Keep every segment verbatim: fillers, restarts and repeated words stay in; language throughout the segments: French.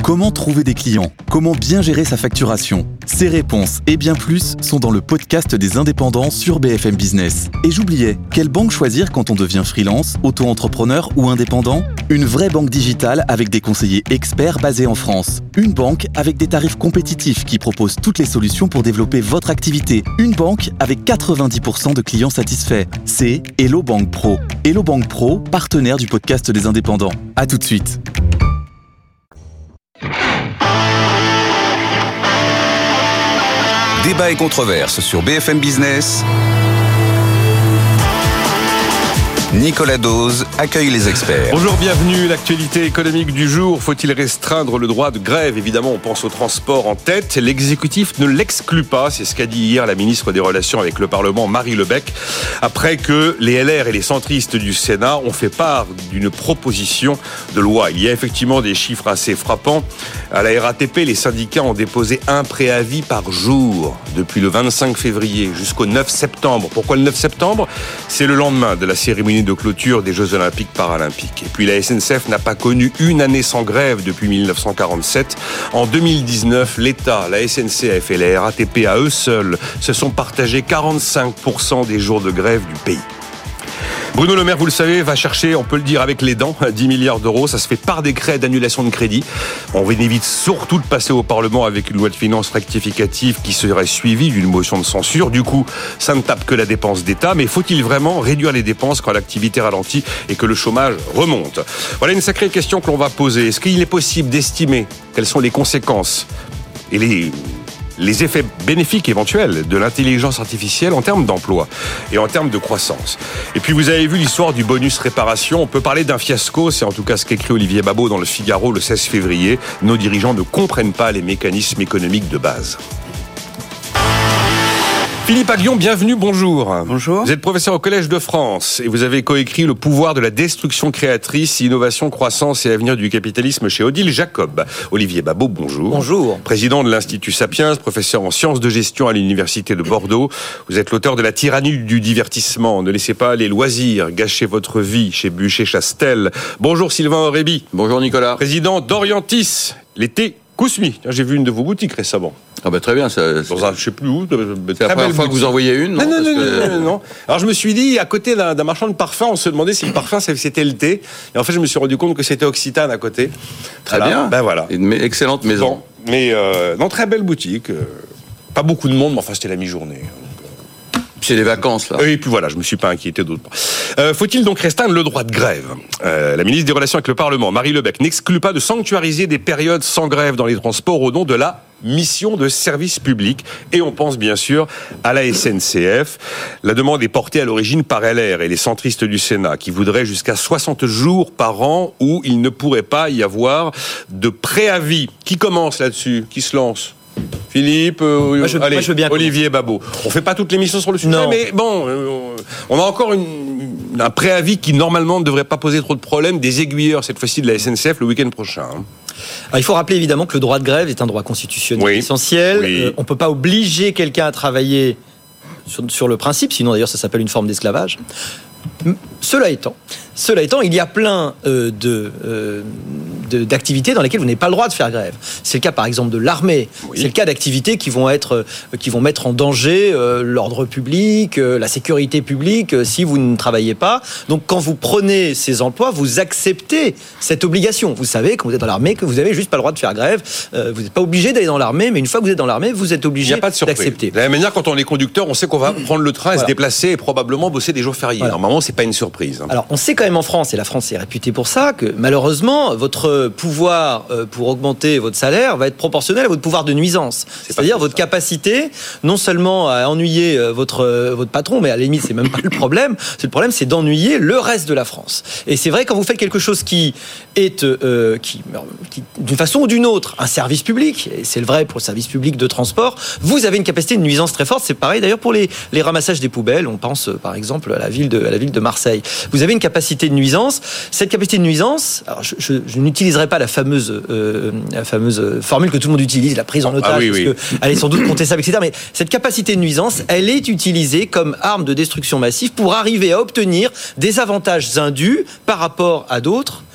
Comment trouver des clients ? Comment bien gérer sa facturation ? Ces réponses et bien plus sont dans le podcast des indépendants sur B F M Business. Et j'oubliais, quelle banque choisir quand on devient freelance, auto-entrepreneur ou indépendant ? Une vraie banque digitale avec des conseillers experts basés en France. Une banque avec des tarifs compétitifs qui propose toutes les solutions pour développer votre activité. Une banque avec quatre-vingt-dix pour cent de clients satisfaits. C'est Hello Bank Pro. Hello Bank Pro, partenaire du podcast des indépendants. À tout de suite. Débat et controverse sur B F M Business. Nicolas Dose accueille les experts. Bonjour, bienvenue. L'actualité économique du jour. Faut-il restreindre le droit de grève ? Évidemment, on pense au transport en tête. L'exécutif ne l'exclut pas. C'est ce qu'a dit hier la ministre des Relations avec le Parlement, Marie Le Becq, après que les L R et les centristes du Sénat ont fait part d'une proposition de loi. Il y a effectivement des chiffres assez frappants. À la R A T P, les syndicats ont déposé un préavis par jour depuis le vingt-cinq février jusqu'au neuf septembre. Pourquoi le neuf septembre ? C'est le lendemain de la cérémonie de clôture des Jeux Olympiques Paralympiques. Et puis la S N C F n'a pas connu une année sans grève depuis dix-neuf cent quarante-sept. En deux mille dix-neuf, l'État, la S N C F et la R A T P à eux seuls se sont partagés quarante-cinq pour cent des jours de grève du pays. Bruno Le Maire, vous le savez, va chercher, on peut le dire avec les dents, dix milliards d'euros. Ça se fait par décret d'annulation de crédit. On évite surtout de passer au Parlement avec une loi de finances rectificative qui serait suivie d'une motion de censure. Du coup, ça ne tape que la dépense d'État. Mais faut-il vraiment réduire les dépenses quand l'activité ralentit et que le chômage remonte ? Voilà une sacrée question que l'on va poser. Est-ce qu'il est possible d'estimer quelles sont les conséquences et les... les effets bénéfiques éventuels de l'intelligence artificielle en termes d'emploi et en termes de croissance. Et puis vous avez vu l'histoire du bonus réparation. On peut parler d'un fiasco, c'est en tout cas ce qu'écrit Olivier Babot dans le Figaro le seize février. Nos dirigeants ne comprennent pas les mécanismes économiques de base. Philippe Aguillon, bienvenue, bonjour. Bonjour. Vous êtes professeur au Collège de France et vous avez coécrit Le pouvoir de la destruction créatrice, innovation, croissance et avenir du capitalisme chez Odile Jacob. Olivier Babot, bonjour. Bonjour. Président de l'Institut Sapiens, professeur en sciences de gestion à l'Université de Bordeaux. Vous êtes l'auteur de La tyrannie du divertissement. Ne laissez pas les loisirs gâcher votre vie chez Buchet-Chastel. Bonjour Sylvain Aurébi. Bonjour Nicolas. Président d'Orientis, l'été Kousmi. J'ai vu une de vos boutiques récemment. Ah bah très bien, ça, dans un, je sais plus où. De, de c'est la première fois que vous en voyez une, non? Non, non, non, que... non, non, non. Alors je me suis dit, à côté d'un, d'un marchand de parfums, on se demandait si le parfum c'était le thé. Et en fait, je me suis rendu compte que c'était Occitane à côté. Très voilà. bien. Ben voilà. Une excellente maison. Bon, mais euh, non, très belle boutique. Euh, pas beaucoup de monde, mais enfin c'était la mi-journée. C'est les vacances, là. Et puis voilà, je me suis pas inquiété d'autre part. Euh, faut-il donc restreindre le droit de grève ? euh, La ministre des Relations avec le Parlement, Marie Le Becq, n'exclut pas de sanctuariser des périodes sans grève dans les transports au nom de la mission de service public. Et on pense bien sûr à la S N C F. La demande est portée à l'origine par L R et les centristes du Sénat qui voudraient jusqu'à soixante jours par an où il ne pourrait pas y avoir de préavis. Qui commence là-dessus ? Qui se lance ? Philippe, euh, moi je, allez, moi je veux bien Olivier Babot. On fait pas toutes les missions sur le sujet, non. mais bon, euh, on a encore une, un préavis qui normalement ne devrait pas poser trop de problèmes des aiguilleurs, cette fois-ci de la S N C F, le week-end prochain. Alors, il faut rappeler évidemment que le droit de grève est un droit constitutionnel oui. essentiel. Oui. Euh, on ne peut pas obliger quelqu'un à travailler sur, sur le principe, sinon d'ailleurs ça s'appelle une forme d'esclavage. Cela étant, cela étant, il y a plein euh, de, euh, de, d'activités dans lesquelles vous n'avez pas le droit de faire grève. C'est le cas par exemple de l'armée. Oui. C'est le cas d'activités qui vont être, euh, qui vont mettre en danger euh, l'ordre public, euh, la sécurité publique, euh, si vous ne travaillez pas. Donc quand vous prenez ces emplois, vous acceptez cette obligation. Vous savez, quand vous êtes dans l'armée, que vous n'avez juste pas le droit de faire grève. Euh, vous n'êtes pas obligé d'aller dans l'armée, mais une fois que vous êtes dans l'armée, vous êtes obligé d'accepter. De la même manière, quand on est conducteur, on sait qu'on va prendre le train et voilà. se déplacer et probablement bosser des jours fériés. Voilà. Normalement, c'est pas une surprise. Alors, on sait quand même en France, et la France est réputée pour ça, que malheureusement, votre pouvoir pour augmenter votre salaire va être proportionnel à votre pouvoir de nuisance. C'est C'est-à-dire votre ça. capacité, non seulement à ennuyer votre, votre patron, mais à la limite, c'est même pas le problème. C'est le problème, c'est d'ennuyer le reste de la France. Et c'est vrai, quand vous faites quelque chose qui est, euh, qui, qui, d'une façon ou d'une autre, un service public, et c'est le vrai pour le service public de transport, vous avez une capacité de nuisance très forte. C'est pareil d'ailleurs pour les, les ramassages des poubelles. On pense par exemple à la ville de, à la ville de Marseille. Vous avez une capacité de nuisance. Cette capacité de nuisance, alors je, je, je n'utiliserai pas la fameuse, euh, la fameuse formule que tout le monde utilise, la prise en otage, ah oui, parce oui. qu'elle est sans doute contestable, et cetera. Mais cette capacité de nuisance, elle est utilisée comme arme de destruction massive pour arriver à obtenir des avantages indus par rapport à d'autres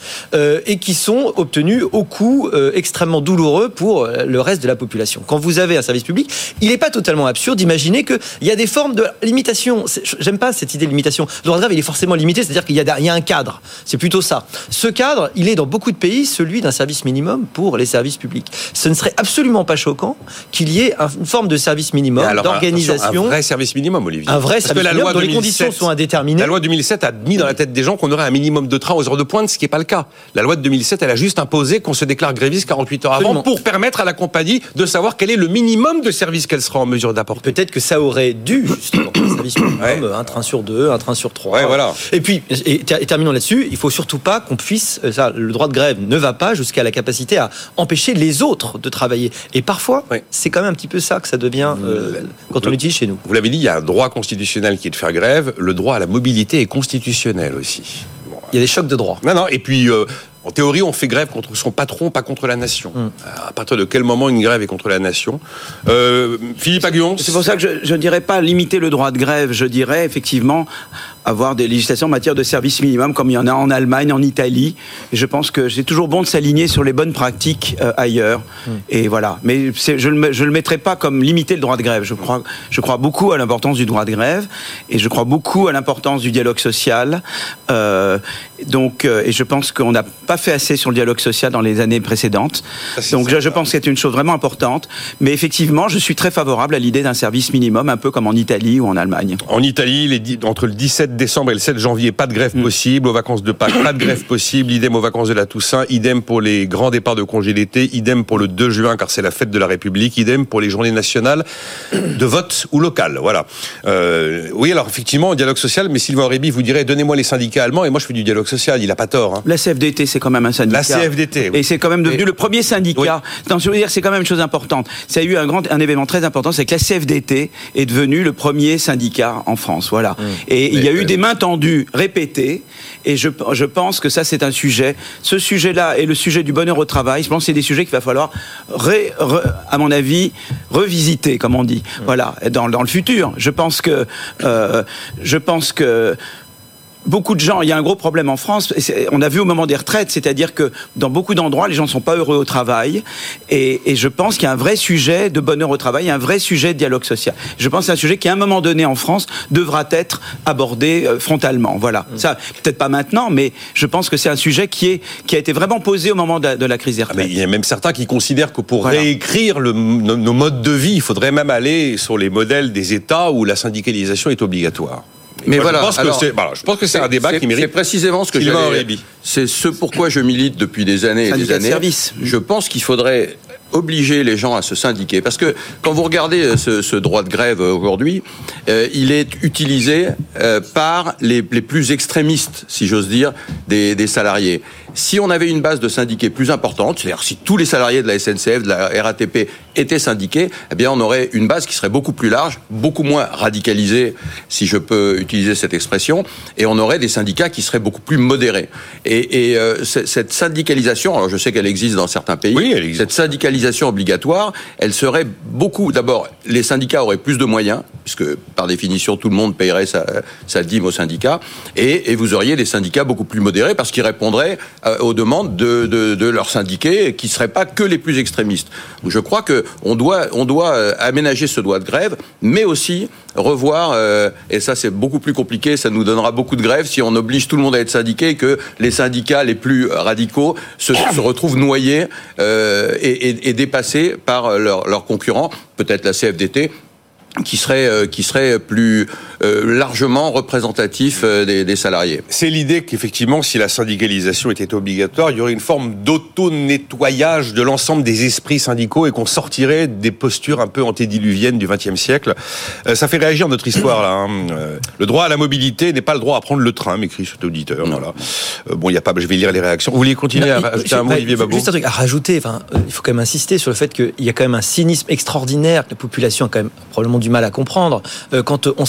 euh, et qui sont obtenus au coût euh, extrêmement douloureux pour le reste de la population. Quand vous avez un service public, il n'est pas totalement absurde d'imaginer qu'il y a des formes de limitation. C'est, j'aime pas cette idée de limitation. Le droit de grève, il est forcément limité, c'est-à-dire qu'il y a, il y a un cadre. C'est plutôt ça. Ce cadre, il est dans beaucoup de pays celui d'un service minimum pour les services publics. Ce ne serait absolument pas choquant qu'il y ait une forme de service minimum, alors, d'organisation. Un vrai service minimum, Olivier. Un vrai Parce service que la minimum loi dont les conditions sont indéterminées. La loi de deux mille sept a mis dans la tête des gens qu'on aurait un minimum de trains aux heures de pointe, ce qui n'est pas le cas. La loi de deux mille sept, elle a juste imposé qu'on se déclare gréviste quarante-huit heures Absolument. avant pour permettre à la compagnie de savoir quel est le minimum de service qu'elle sera en mesure d'apporter. Peut-être que ça aurait dû, justement, un service minimum, ouais. un train sur deux, un train sur trois. Ouais, voilà. Et puis, et, et terminons là-dessus, il faut surtout pas qu'on puisse, ça, le droit de grève ne va pas jusqu'à la capacité à empêcher les autres de travailler. Et parfois, ouais. c'est quand même un petit peu ça que ça devient euh, quand on l'utilise chez nous. Vous l'avez dit, il y a un droit constitutionnel qui est de faire grève. Le droit à la mobilité est constitutionnel aussi. Bon, il y a des chocs de droit. Non, non. Et puis, euh, en théorie, on fait grève contre son patron, pas contre la nation. Hum. À partir de quel moment une grève est contre la nation ? euh, Philippe Aghion. C'est pour ça que je ne dirais pas limiter le droit de grève. Je dirais effectivement avoir des législations en matière de service minimum comme il y en a en Allemagne, en Italie. Et je pense que c'est toujours bon de s'aligner sur les bonnes pratiques euh, ailleurs. Mmh. Et voilà. Mais c'est, je ne le mettrai pas comme limiter le droit de grève. Je crois, je crois beaucoup à l'importance du droit de grève et je crois beaucoup à l'importance du dialogue social. Euh, donc, euh, et je pense qu'on n'a pas fait assez sur le dialogue social dans les années précédentes. Ça, donc, je, je pense que c'est une chose vraiment importante. Mais effectivement, je suis très favorable à l'idée d'un service minimum, un peu comme en Italie ou en Allemagne. En Italie, les, entre le dix-sept décembre et le sept janvier, pas de grève mmh. possible. Aux vacances de Pâques, pas de grève possible. Idem aux vacances de la Toussaint. Idem pour les grands départs de congé d'été. Idem pour le deux juin, car c'est la fête de la République. Idem pour les journées nationales de vote ou locales. Voilà. Euh, oui, alors effectivement, dialogue social, mais Sylvain Aurébi vous dirait, donnez-moi les syndicats allemands et moi je fais du dialogue social. Il n'a pas tort. Hein. La C F D T, c'est quand même un syndicat. La C F D T, oui. Et c'est quand même devenu et... le premier syndicat. Oui. Non, je veux dire, c'est quand même une chose importante. Ça a eu un grand, un événement très important, c'est que la C F D T est devenu le premier syndicat en France. Voilà. Mmh. Et mais, il y a eu euh... des mains tendues répétées. Et je, je pense que ça, c'est un sujet. Ce sujet-là et le sujet du bonheur au travail, je pense que c'est des sujets qu'il va falloir, ré, ré, à mon avis, revisiter, comme on dit. Mmh. Voilà, dans, dans le futur. Je pense que, euh, je pense que. Beaucoup de gens, il y a un gros problème en France, on a vu au moment des retraites, c'est-à-dire que dans beaucoup d'endroits, les gens ne sont pas heureux au travail, et, et je pense qu'il y a un vrai sujet de bonheur au travail, il y a un vrai sujet de dialogue social. Je pense que c'est un sujet qui, à un moment donné en France, devra être abordé euh, frontalement. Voilà. Mmh. Ça, peut-être pas maintenant, mais je pense que c'est un sujet qui, est, qui a été vraiment posé au moment de la, de la crise des retraites. Ah mais il y a même certains qui considèrent que pour voilà. réécrire le, nos, nos modes de vie, il faudrait même aller sur les modèles des États où la syndicalisation est obligatoire. Mais Moi, voilà, je pense, alors, que c'est, voilà, je pense que c'est, c'est un débat c'est, qui mérite. C'est précisément ce que j'allais dire. C'est ce pourquoi je milite depuis des années et des années. De service. Je pense qu'il faudrait obliger les gens à se syndiquer. Parce que quand vous regardez ce, ce droit de grève aujourd'hui, euh, il est utilisé euh, par les, les plus extrémistes, si j'ose dire, des, des salariés. Si on avait une base de syndiqués plus importante, c'est-à-dire si tous les salariés de la S N C F, de la R A T P étaient syndiqués, eh bien on aurait une base qui serait beaucoup plus large, beaucoup moins radicalisée, si je peux utiliser cette expression, et on aurait des syndicats qui seraient beaucoup plus modérés. Et, et euh, cette syndicalisation, alors je sais qu'elle existe dans certains pays, oui, elle existe. Cette syndicalisation obligatoire, elle serait beaucoup... D'abord, les syndicats auraient plus de moyens, puisque par définition tout le monde paierait sa, sa dîme aux syndicats, et, et vous auriez des syndicats beaucoup plus modérés, parce qu'ils répondraient aux demandes de, de, de leurs syndiqués, qui ne seraient pas que les plus extrémistes. Je crois qu'on doit, on doit aménager ce droit de grève, mais aussi revoir, euh, et ça c'est beaucoup plus compliqué, ça nous donnera beaucoup de grèves si on oblige tout le monde à être syndiqué et que les syndicats les plus radicaux se, se retrouvent noyés euh, et, et, et dépassés par leurs leur concurrents, peut-être la C F D T, qui serait euh, qui serait plus euh, largement représentatif euh, des, des salariés. C'est l'idée qu'effectivement, si la syndicalisation était obligatoire, il y aurait une forme d'auto-nettoyage de l'ensemble des esprits syndicaux et qu'on sortirait des postures un peu antédiluviennes du vingtième siècle. Euh, ça fait réagir notre histoire là. Hein. Euh, le droit à la mobilité n'est pas le droit à prendre le train, m'écrit cet auditeur. Voilà. Euh, bon, il y a pas. Je vais lire les réactions. Vous voulez continuer non, à rajouter un mot, Olivier Babot ? Juste un truc à rajouter. Enfin, euh, il faut quand même insister sur le fait qu'il y a quand même un cynisme extraordinaire que la population a quand même probablement du mal à comprendre. Euh, quand on s'écarrit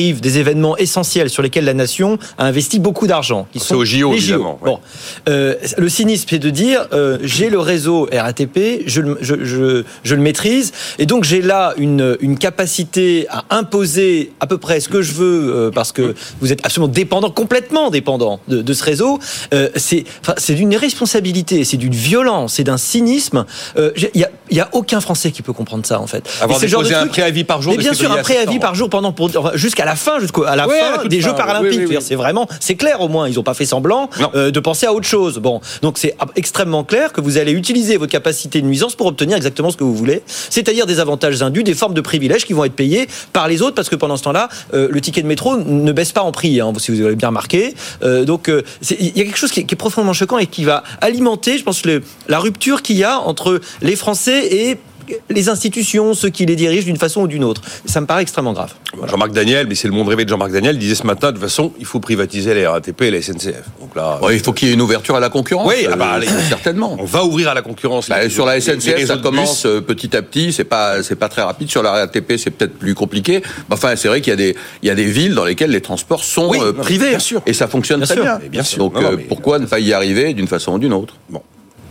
arrivent des événements essentiels sur lesquels la nation a investi beaucoup d'argent. Qui C'est sont au J O, les J O. évidemment. Ouais. Bon, euh, le cynisme, c'est de dire euh, j'ai le réseau R A T P, je, le- je, je, je le maîtrise, et donc j'ai là une, une capacité à imposer à peu près ce que je veux, euh, parce que vous êtes absolument dépendant, complètement dépendant de, de ce réseau. Euh, c'est, enfin, c'est d'une irresponsabilité, c'est d'une violence, c'est d'un cynisme. Il euh, y a, y a aucun Français qui peut comprendre ça, en fait. Avoir Et c'est le genre de déposé un truc- préavis par jour Mais de bien sûr, février un à préavis septembre. par jour pendant pour, enfin, jusqu'à la fin, jusqu'à la Ouais, à fin toute des fin, Jeux paralympiques. oui, oui, oui. C'est vraiment, c'est clair au moins. Ils n'ont pas fait semblant Non. euh, de penser à autre chose. Bon, donc c'est extrêmement clair que vous allez utiliser votre capacité de nuisance pour obtenir exactement ce que vous voulez, c'est-à-dire des avantages indus, des formes de privilèges qui vont être payés par les autres, parce que pendant ce temps-là, euh, le ticket de métro ne baisse pas en prix, hein, si vous avez bien remarqué. Euh, donc, euh, c'est- il y a quelque chose qui est, qui est profondément choquant et qui va alimenter, je pense, le, la rupture qu'il y a entre les Français et les institutions, ceux qui les dirigent d'une façon ou d'une autre. Ça me paraît extrêmement grave. Jean-Marc Daniel, mais c'est le monde rêvé de Jean-Marc Daniel, disait ce matin, de toute façon, il faut privatiser la R A T P et la S N C F. Donc là, Ouais, il faut qu'il y ait une ouverture à la concurrence. Oui, ah bah, allez. certainement. on va ouvrir à la concurrence. Bah, les- sur la les- S N C les F, réseaux ça de commence bus. euh, petit à petit. C'est pas, c'est pas très rapide. Sur la R A T P, c'est peut-être plus compliqué. Mais enfin, c'est vrai qu'il y a des, il y a des villes dans lesquelles les transports sont Oui, euh, non, mais privés. bien sûr. Et ça fonctionne Bien très sûr. bien. Mais bien sûr. Donc, Non, non, euh, mais- pourquoi ne pas y arriver d'une façon ou d'une autre? Bon.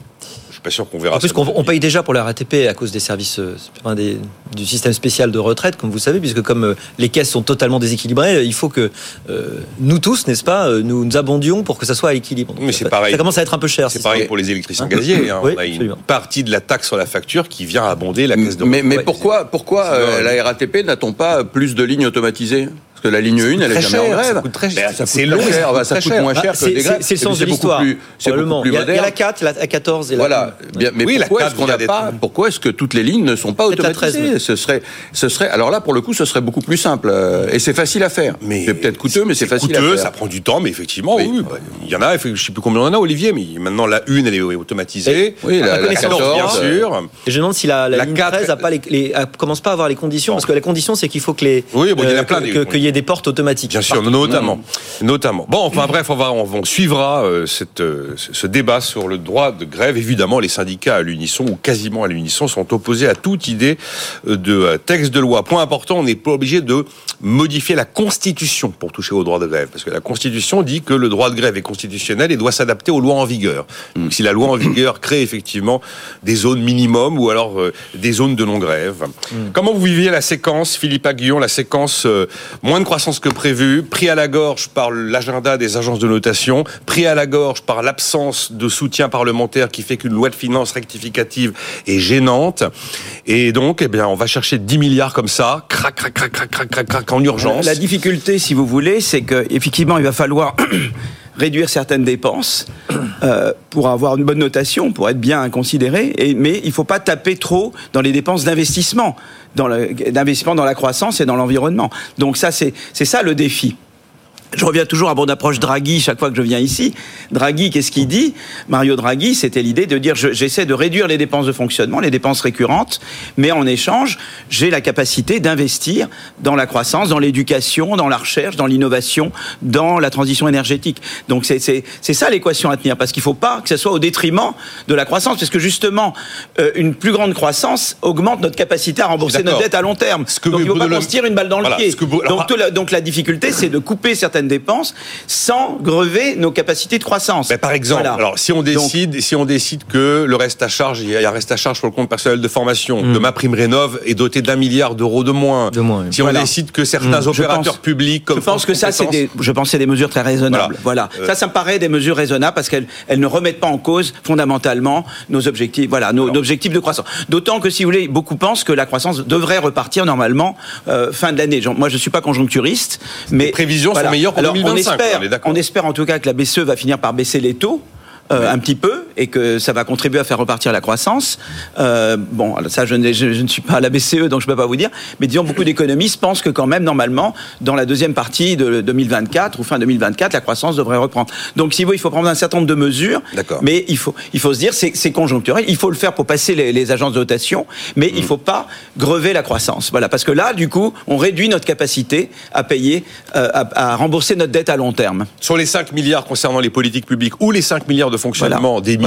Je suis pas sûr qu'on verra En plus, ça. qu'on- on paye déjà pour la R A T P à cause des services, euh, enfin, des, du système spécial de retraite, comme vous savez, puisque comme euh, les caisses sont totalement déséquilibrées, euh, il faut que euh, nous tous, n'est-ce pas, euh, nous nous abondions pour que ça soit à l'équilibre. Donc, Mais c'est ça, pareil. ça commence à être un peu cher. C'est si pareil ça. pour les électriciens Hein gaziers. Hein. Oui, On a une absolument. partie de la taxe sur la facture qui vient abonder la caisse de Mais, mais Ouais, pourquoi, pourquoi c'est- euh, la R A T P n'a-t-on pas plus de lignes automatisées? Parce que la ligne un, elle est très jamais en cher, grève. ça coûte très cher. Ben, ça C'est coûte long, très ça cher. coûte Ben, ça très coûte cher. moins Ah, cher que c'est, des grèves. c'est- c'est le sens de beaucoup l'histoire. plus- C'est beaucoup probablement. plus Il y a- il y a moderne. la quatre, la quatorze et la Voilà. Bien, mais Oui, la pourquoi quatre est-ce qu'on vient n'a d'être- pas, pourquoi est-ce que toutes les lignes ne sont pas Peut-être la treize, automatisées? mais- Ce serait, ce serait, alors là, pour le coup, ce serait beaucoup plus simple. euh, Et c'est facile à faire. Mais C'est peut-être coûteux, mais c'est facile coûteux, à faire. ça prend du temps, mais effectivement, oui. Oui. bah, il y en a, je ne sais plus combien il y en a, Olivier, mais maintenant la une, elle est automatisée. Oui, la, la la connaissance, quatorze, bien euh, sûr. Et je me demande si la, la, La ligne quatre, treize a pas les, les- a- commence pas à avoir les conditions, parce que la condition, c'est qu'il faut que les, Oui, bon, il y en a euh, plein, que- des- que- qu'il y ait des portes automatiques. Bien sûr, Partout. notamment, notamment. Bon, enfin bref, on va, on, on suivra euh, cette, euh, ce ce débat sur le droit de grève. Évidemment, les syndicats à l'unisson ou quasiment à l'unisson sont opposés à toute idée euh, de euh, texte de loi. Point important, on n'est pas obligé de modifier la Constitution pour toucher au droit de grève, parce que la Constitution dit que le droit de grève est constitutionnel et doit s'adapter aux lois en vigueur. Donc, si la loi en vigueur crée effectivement des zones minimum ou alors euh, des zones de non-grève. Comment vous viviez la séquence, Philippe Aguillon, la séquence euh, moins de croissance que prévu, pris à la gorge par l'agenda des agences de notation, pris à la gorge par l'absence de soutien parlementaire qui fait qu'une loi de finances rectificative est gênante. Et donc, eh bien, on va chercher dix milliards comme ça, crac, crac, crac, crac, crac, crac, crac, en urgence. La difficulté, si vous voulez, c'est que effectivement, il va falloir réduire certaines dépenses euh, pour avoir une bonne notation, pour être bien considéré. Et, mais il ne faut pas taper trop dans les dépenses d'investissement, dans le, d'investissement dans la croissance et dans l'environnement. Donc ça, c'est, c'est ça le défi. Je reviens toujours à mon approche Draghi chaque fois que je viens ici. Draghi, qu'est-ce qu'il dit? Mario Draghi, c'était l'idée de dire je, j'essaie de réduire les dépenses de fonctionnement, les dépenses récurrentes, mais en échange, j'ai la capacité d'investir dans la croissance, dans l'éducation, dans la recherche, dans l'innovation, dans la transition énergétique. Donc c'est, c'est, c'est ça l'équation à tenir, parce qu'il ne faut pas que ce soit au détriment de la croissance, parce que justement, euh, une plus grande croissance augmente notre capacité à rembourser D'accord. notre dette à long terme. Ce que Donc il ne faut pas Bruno qu'on Le- se tire une balle dans Voilà, le pied. ce que vous- alors- Donc, tout la, donc la difficulté, c'est de couper certaines dépenses sans grever nos capacités de croissance. Ben, par exemple, Voilà. alors si on décide, si on décide que le reste à charge, il y a un reste à charge sur le compte personnel de formation Mm. de ma prime rénov est doté d'un milliard d'euros de moins. De moins, oui. Si Voilà. on décide que certains Mm. Je opérateurs pense- publics, comme je pense France que ça, c'est Compétences- des, je pense que c'est des mesures très raisonnables. Voilà. Voilà. Euh, Ça, ça me paraît des mesures raisonnables parce qu'elles, elles ne remettent pas en cause fondamentalement nos objectifs, voilà, nos, nos objectifs de croissance. D'autant que, si vous voulez, beaucoup pensent que la croissance devrait repartir normalement euh, fin de l'année. Genre, moi, je suis pas conjoncturiste, mais Les prévisions sont meilleures pour Alors, deux mille vingt-cinq, On espère, on est d'accord. on espère en tout cas que la B C E va finir par baisser les taux. Euh, un petit peu, et que ça va contribuer à faire repartir la croissance. Euh, bon, alors ça, je ne, je, je ne suis pas à la B C E, donc je ne peux pas vous dire, mais disons, beaucoup d'économistes pensent que quand même, normalement, dans la deuxième partie de deux mille vingt-quatre, ou fin deux mille vingt-quatre, la croissance devrait reprendre. Donc, si vous, il faut prendre un certain nombre de mesures, D'accord. mais il faut, il faut se dire, c'est, c'est conjoncturel, il faut le faire pour passer les, les agences de notation, mais il ne faut pas grever la croissance. Voilà, parce que là, du coup, on réduit notre capacité à payer, euh, à, à rembourser notre dette à long terme. Sur les cinq milliards concernant les politiques publiques ou les cinq milliards de fonctionnement Voilà. des Voilà.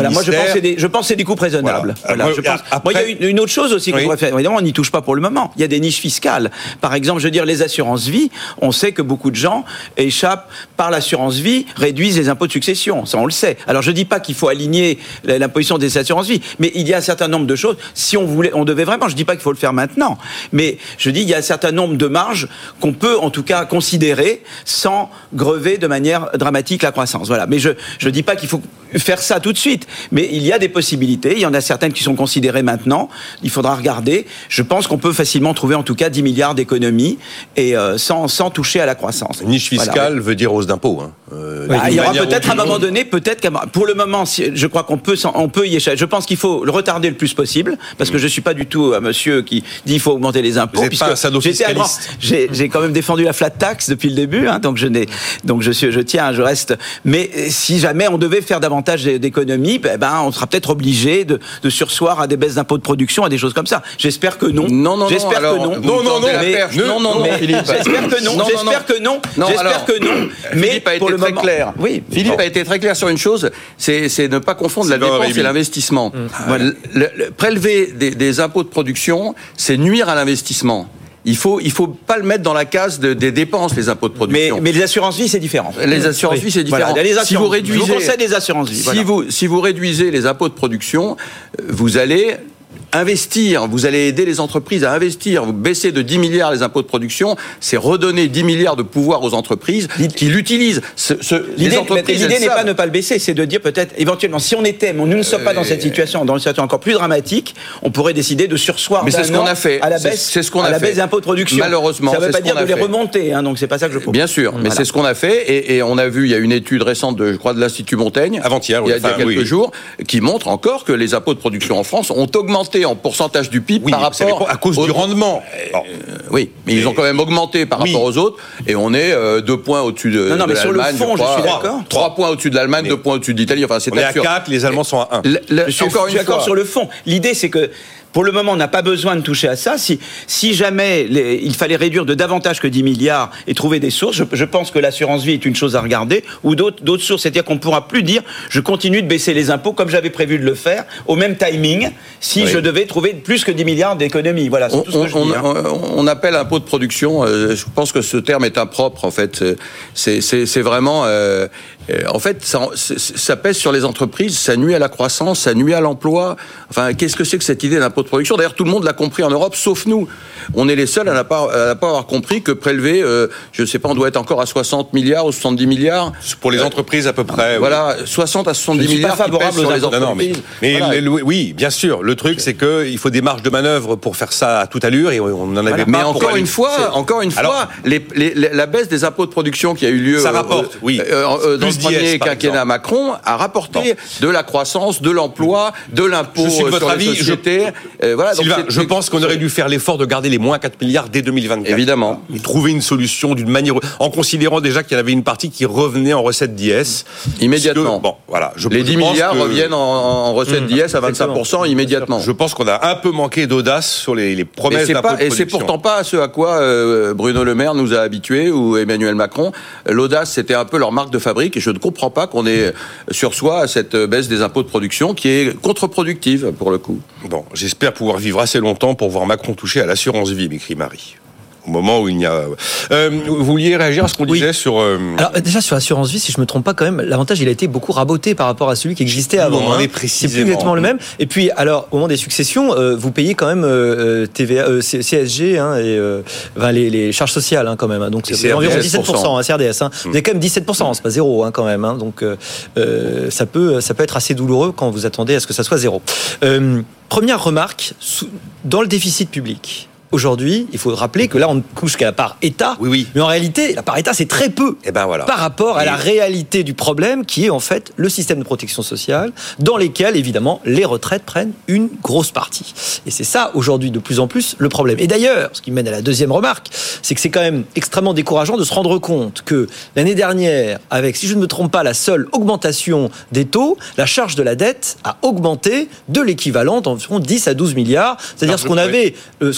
Voilà, moi, je pense, que c'est ministère. des, je pense que c'est des coupes raisonnables. Voilà. Voilà, je pense. Après- Moi, il y a une, une autre chose aussi qu'on Oui. pourrait faire. Évidemment, on n'y touche pas pour le moment. Il y a des niches fiscales. Par exemple, je veux dire, les assurances vie, on sait que beaucoup de gens échappent par l'assurance vie, réduisent les impôts de succession. Ça, on le sait. Alors, je dis pas qu'il faut aligner l'imposition des assurances vie, mais il y a un certain nombre de choses. Si on voulait, on devait vraiment, je dis pas qu'il faut le faire maintenant, mais je dis, il y a un certain nombre de marges qu'on peut, en tout cas, considérer sans grever de manière dramatique la croissance. Voilà. Mais je, je dis pas qu'il faut faire ça tout de suite. Mais il y a des possibilités. Il y en a certaines qui sont considérées maintenant. Il faudra regarder. Je pense qu'on peut facilement trouver, en tout cas, dix milliards d'économies et euh, sans, sans toucher à la croissance. Une niche fiscale Voilà. veut dire hausse d'impôts. Hein. Euh, Ah, il y aura d'une manière peut-être ou à un d'une moment autre. donné, peut-être qu'à pour le moment, si- je crois qu'on peut, s'en- on peut y échapper. Je pense qu'il faut le retarder le plus possible, parce que je suis pas du tout un monsieur qui dit il faut augmenter les impôts. Vous êtes puisque pas un sadofiscaliste. j'étais un grand- J'ai, j'ai quand même défendu la flat tax depuis le début, hein, donc je n'ai, donc je suis, je tiens, je reste. Mais si jamais on devait faire davantage d'économies, ben, ben, on sera peut-être obligé de, de sursoir à des baisses d'impôts de production, à des choses comme ça. J'espère que non. Non, non, non, J'espère alors, que non. vous Non, non, tendez non, la mais- perche. ne- non, non, non, Mais Philippe. j'espère que non. Non, non, J'espère non. que non. Non, J'espère alors, que non. Mais Philippe a pour été le très moment, clair. oui. Philippe Bon. a été très clair sur une chose, c'est, c'est ne pas confondre la Sylvain dépense Rémy. et l'investissement. Mmh. Voilà. Le- le- prélever des, des impôts de production, c'est nuire à l'investissement. Il faut, il faut pas le mettre dans la case de- des dépenses, les impôts de Mais, production. mais les assurances vie, c'est différent. Les assurances vie, c'est différent. Voilà, les si assurances vous vie. réduisez, Je vous conseille des assurances vie. si Voilà. vous, si vous réduisez les impôts de production, euh, vous allez investir, vous allez aider les entreprises à investir. Vous baissez de dix milliards les impôts de production, c'est redonner dix milliards de pouvoir aux entreprises qui l'utilisent. Ce, ce, les L'idée, entreprises, l'idée elles n'est pas savent. de ne pas le baisser, c'est de dire peut-être éventuellement si on était, mais nous ne sommes pas dans cette situation, dans une situation encore plus dramatique, on pourrait décider de sursoir Mais c'est d'un ce qu'on an a fait. à la C'est- baisse, c'est ce qu'on à a la fait. baisse des impôts de production. Malheureusement, ça ne veut c'est pas ce dire qu'on de a les fait. remonter, hein, donc c'est pas ça que je propose. Bien sûr, mais Voilà. c'est ce qu'on a fait et, et on a vu, il y a une étude récente, de, je crois, de l'Institut Montaigne, Avant-hier, il y a, oui, il y a enfin, quelques oui. jours, qui montre encore que les impôts de production en France ont augmenté en pourcentage du P I B Oui, par ça dépend rapport à cause aux- du rendement. Bon. Euh, oui, mais ils ont quand même augmenté par Oui. rapport aux autres, et on est euh, deux points au-dessus de, Non, non, de mais sur le l'Allemagne. fond, je crois. suis d'accord. Trois points au-dessus de l'Allemagne, Mais- deux points au-dessus de l'Italie. Enfin, c'est On est à absurde. quatre, les Allemands sont à un. Le- le- Je suis, encore je suis une d'accord fois, sur le fond. L'idée, c'est que pour le moment, on n'a pas besoin de toucher à ça. Si, si jamais les- il fallait réduire de davantage que dix milliards et trouver des sources, je, je pense que l'assurance vie est une chose à regarder, ou d'autres, d'autres sources. C'est-à-dire qu'on ne pourra plus dire je continue de baisser les impôts comme j'avais prévu de le faire, au même timing, si Oui. je devais trouver plus que dix milliards d'économies. Voilà, c'est On, tout ce que je on- dis. hein. on- on appelle impôt de production, euh, je pense que ce terme est impropre en fait. C'est, c'est, c'est vraiment, euh, euh, en fait, ça, c'est- ça pèse sur les entreprises, ça nuit à la croissance, ça nuit à l'emploi. Enfin, qu'est-ce que c'est que cette idée d'impôt de production? D'ailleurs, tout le monde l'a compris en Europe, sauf nous. On est les seuls à ne pas, à ne pas avoir compris que prélever, euh, je ne sais pas, on doit être encore à soixante milliards ou soixante-dix milliards. Pour les entreprises, à peu près. oui. Voilà, soixante à soixante-dix Je ne suis pas milliards qui favorable pèsent sur aux les Non, non, mais, entreprises. mais Voilà. le- le- oui, bien sûr. Le truc, c'est qu'il faut des marges de manœuvre pour faire ça à toute allure et on n'en avait Mais pas. pour encore aller- une fois, c'est- encore une fois, Alors- les, les- les- la baisse des impôts de production qui a eu lieu Ça euh, rapporte, euh, oui. euh, euh, dans Plus le premier d'I S, par quinquennat exemple. Macron a rapporté de la croissance, de l'emploi, de l'impôt Je suis de euh, votre sur avis, les sociétés. Euh, voilà, donc Sylvain, c'est- je c'est- pense qu'on aurait dû faire l'effort de garder les moins quatre milliards dès deux mille vingt-quatre. Évidemment. Et trouver une solution d'une manière, en considérant déjà qu'il y en avait une partie qui revenait en recettes d'I S. Immédiatement. Parce que, bon, voilà. Je, les je dix pense milliards que- reviennent en, en recettes d'I S à vingt-cinq pour cent immédiatement. Je pense qu'on a un peu manqué d'audace sur les, les Et promesses c'est, d'impôt pas, de et c'est production. pourtant pas ce à quoi euh, Bruno Le Maire nous a habitués ou Emmanuel Macron. L'audace, c'était un peu leur marque de fabrique et je ne comprends pas qu'on ait sur soi à cette baisse des impôts de production qui est contre-productive pour le coup. Bon, j'espère pouvoir vivre assez longtemps pour voir Macron toucher à l'assurance vie, m'écrit Marie. Au moment où il n'y a... Euh, vous vouliez réagir à ce qu'on Oui. disait sur... euh, Alors déjà sur l'assurance vie, si je me trompe pas quand même, l'avantage il a été beaucoup raboté par rapport à celui qui existait avant. on en hein. est C'est précisément. plus exactement le même. Et puis alors au moment des successions, euh, vous payez quand même euh, T V A, euh, C S G hein, et euh, enfin, les, les charges sociales hein, quand même. Hein. Donc Et c'est environ C R D S dix-sept pour cent, hein, C R D S. Hein. Vous avez quand même dix-sept pour cent, c'est pas zéro hein, quand même. Hein. Donc euh, euh, ça peut ça peut être assez douloureux quand vous attendez à ce que ça soit zéro. Euh, première remarque sous- dans le déficit public. Aujourd'hui, il faut rappeler que là, on ne couche qu'à la part État. Oui, oui. Mais en réalité, la part État, c'est très peu Eh ben voilà. par rapport à Et- la réalité du problème qui est en fait le système de protection sociale dans lesquels évidemment les retraites prennent une grosse partie. Et c'est ça aujourd'hui de plus en plus le problème. Et d'ailleurs, ce qui mène à la deuxième remarque, c'est que c'est quand même extrêmement décourageant de se rendre compte que l'année dernière, avec, si je ne me trompe pas, la seule augmentation des taux, la charge de la dette a augmenté de l'équivalent d'environ dix à douze milliards. C'est-à-dire ce qu'on Largement, avait, euh, ce qu'on avait un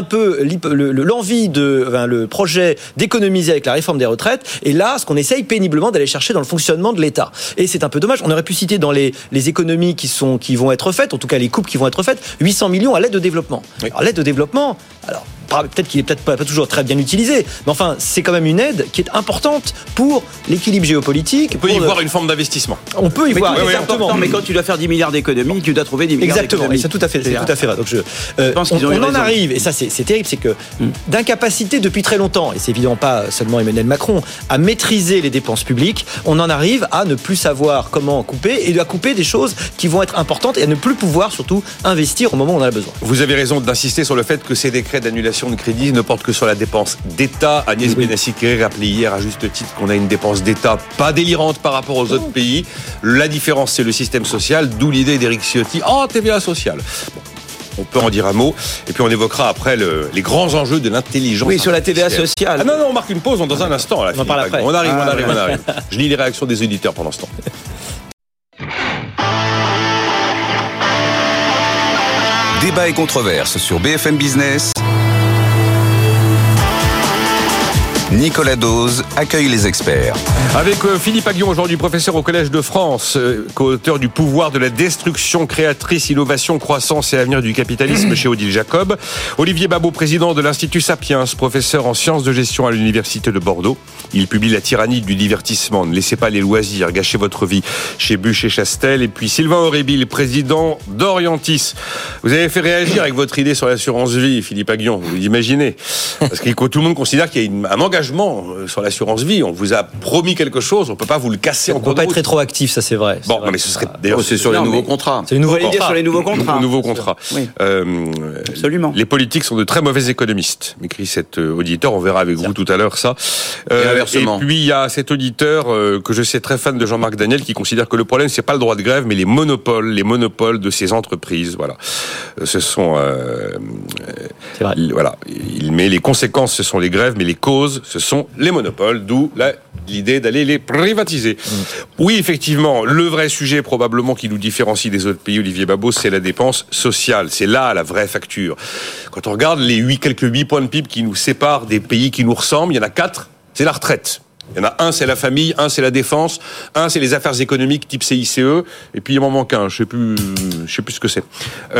peu le, le, l'envie de, enfin, le projet d'économiser avec la réforme des retraites. Et là, ce qu'on essaye péniblement d'aller chercher dans le fonctionnement de l'État. Et c'est un peu dommage. On aurait pu citer dans les, les économies qui sont, qui vont être faites, en tout cas les coupes qui vont être faites, huit cents millions à l'aide au développement. Oui. Alors l'aide au développement, alors peut-être qu'il est peut-être pas, pas toujours très bien utilisé, mais enfin c'est quand même une aide qui est importante pour l'équilibre géopolitique. On peut y le... voir une forme d'investissement. On peut y mais voir oui, exactement. Mais quand tu dois faire dix milliards d'économies, tu dois trouver dix milliards exactement, d'économies. Exactement, c'est tout à fait, c'est tout à fait vrai. Donc je, euh, je on, on en arrive, et ça c'est, c'est terrible, c'est que hum. d'incapacité depuis très longtemps, et c'est évidemment pas seulement Emmanuel Macron, à maîtriser les dépenses publiques, on en arrive à ne plus savoir comment couper et à couper des choses qui vont être importantes et à ne plus pouvoir surtout investir au moment où on en a besoin. Vous avez raison d'insister sur le fait que ces décrets d'annulation de crédit ne portent que sur la dépense d'État. Agnès oui. Benassi-Kéré rappelait hier à juste titre qu'on a une dépense d'État pas délirante par rapport aux autres oh. pays. La différence, c'est le système social, d'où l'idée d'Éric Ciotti. Oh, T V A sociale. Bon. On peut en dire un mot, et puis on évoquera après le, les grands enjeux de l'intelligence. Oui, sur la T V A sociale. Ah non, non, on marque une pause dans un instant. Là, on en parle après. On arrive, ah, on arrive, on arrive. Je lis les réactions des auditeurs pendant ce temps. Débat et controverse sur B F M Business. Nicolas Dose accueille les experts. Avec euh, Philippe Aghion, aujourd'hui professeur au Collège de France, euh, co-auteur du Pouvoir de la destruction créatrice, innovation, croissance et avenir du capitalisme chez Odile Jacob. Olivier Babot, président de l'Institut Sapiens, professeur en sciences de gestion à l'Université de Bordeaux. Il publie La tyrannie du divertissement. Ne laissez pas les loisirs gâcher votre vie chez Buch et Chastel. Et puis Sylvain Aurébil, président d'Orientis. Vous avez fait réagir avec votre idée sur l'assurance vie, Philippe Aghion, vous l'imaginez. Parce que tout le monde considère qu'il y a une, un engagement sur l'assurance vie. On vous a promis quelque chose, on ne peut pas vous le casser en cours de route. On ne peut pas être rétroactif, ça c'est vrai. Bon, vrai, mais ce serait vrai. d'ailleurs oh, c'est sur non, les nouveaux contrats. C'est les nouveaux contrats. Sur les nouveaux contrats. Les nouveaux contrats. Oui. Euh, Absolument. Les politiques sont de très mauvais économistes, m'écrit cet auditeur. On verra avec vous tout à l'heure ça. Euh, et, et puis il y a cet auditeur euh, que je sais très fan de Jean-Marc Daniel qui considère que le problème c'est pas le droit de grève, mais les monopoles, les monopoles de ces entreprises. Voilà. Ce sont. Euh, c'est vrai. Il, voilà. Il met les conséquences, ce sont les grèves, mais les causes, ce sont les monopoles. D'où la, l'idée d'aller les privatiser. Mmh. Oui, effectivement, le vrai sujet probablement qui nous différencie des autres pays, Olivier Babot, c'est la dépense sociale. C'est là la vraie facture. Quand on regarde les huit, quelques huit points de P I B qui nous séparent des pays qui nous ressemblent, il y en a quatre, c'est la retraite. Il y en a un, c'est la famille, un, c'est la défense, un, c'est les affaires économiques type C I C E, et puis il m'en manque un, je sais plus, je sais plus ce que c'est.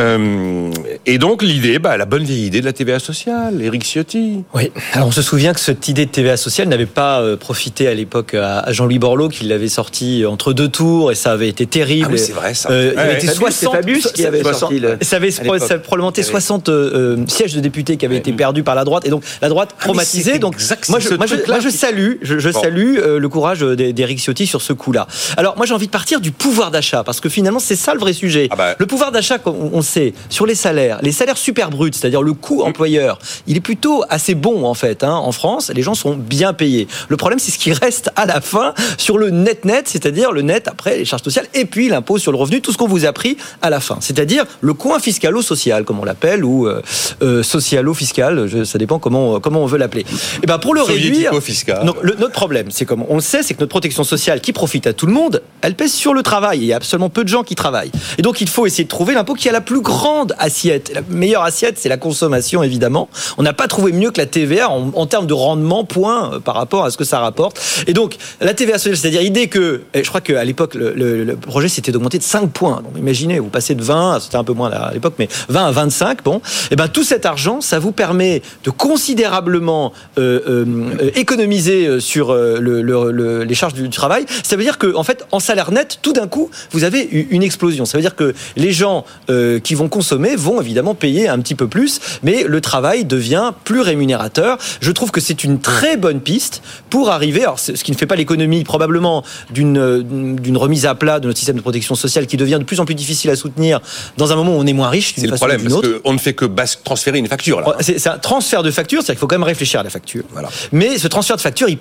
Euh, et donc l'idée, bah, la bonne vieille idée de la T V A sociale, Éric Ciotti. Oui. Alors on se souvient que cette idée de T V A sociale n'avait pas euh, profité à l'époque à, à Jean-Louis Borloo, qui l'avait sorti entre deux tours, et ça avait été terrible. Ah oui, c'est vrai ça. Euh, il ouais, avait été soixante, Fabius qui avait soixante, sorti le. Ça avait ça probablement été soixante euh, sièges de députés qui avaient ouais. été perdus par la droite, et donc la droite ah, traumatisée. Donc moi je, moi, je, moi je salue, je, je bon. salue euh, le courage d'Éric Ciotti sur ce coup-là. Alors moi j'ai envie de partir du pouvoir d'achat, parce que finalement c'est ça le vrai sujet. Ah bah. Le pouvoir d'achat, comme on sait, sur les salaires, les salaires super bruts, c'est-à-dire le coût employeur, il est plutôt assez bon en fait. Hein. En France, les gens sont bien payés. Le problème c'est ce qui reste à la fin sur le net-net, c'est-à-dire le net après les charges sociales et puis l'impôt sur le revenu, tout ce qu'on vous a pris à la fin. C'est-à-dire le coin fiscalo-social, comme on l'appelle, ou euh, euh, socialo-fiscal, je, ça dépend comment, comment on veut l'appeler. Et ben pour le réduire, non, le, notre problème, c'est comme on le sait, c'est que notre protection sociale qui profite à tout le monde, elle pèse sur le travail. Il y a absolument peu de gens qui travaillent. Et donc, il faut essayer de trouver l'impôt qui a la plus grande assiette. La meilleure assiette, c'est la consommation, évidemment. On n'a pas trouvé mieux que la T V A en, en termes de rendement, point, euh, par rapport à ce que ça rapporte. Et donc, la T V A sociale, c'est-à-dire l'idée que, je crois qu'à l'époque, le, le, le projet, c'était d'augmenter de cinq points. Donc, imaginez, vous passez de vingt, c'était un peu moins à l'époque, mais vingt à vingt-cinq, bon. Et ben, tout cet argent, ça vous permet de considérablement euh, euh, économiser sur euh, le, le, le, les charges du travail. Ça veut dire que, en fait, en salaire net, tout d'un coup, vous avez une explosion. Ça veut dire que les gens euh, qui vont consommer vont évidemment payer un petit peu plus, mais le travail devient plus rémunérateur. Je trouve que c'est une très bonne piste pour arriver, alors ce qui ne fait pas l'économie probablement d'une, d'une remise à plat de notre système de protection sociale qui devient de plus en plus difficile à soutenir dans un moment où on est moins riche. C'est le problème, parce qu'on ne fait que transférer une facture. Là. C'est, c'est un transfert de facture, c'est-à-dire qu'il faut quand même réfléchir à la facture. Voilà. Mais ce transfert de facture, il paraît très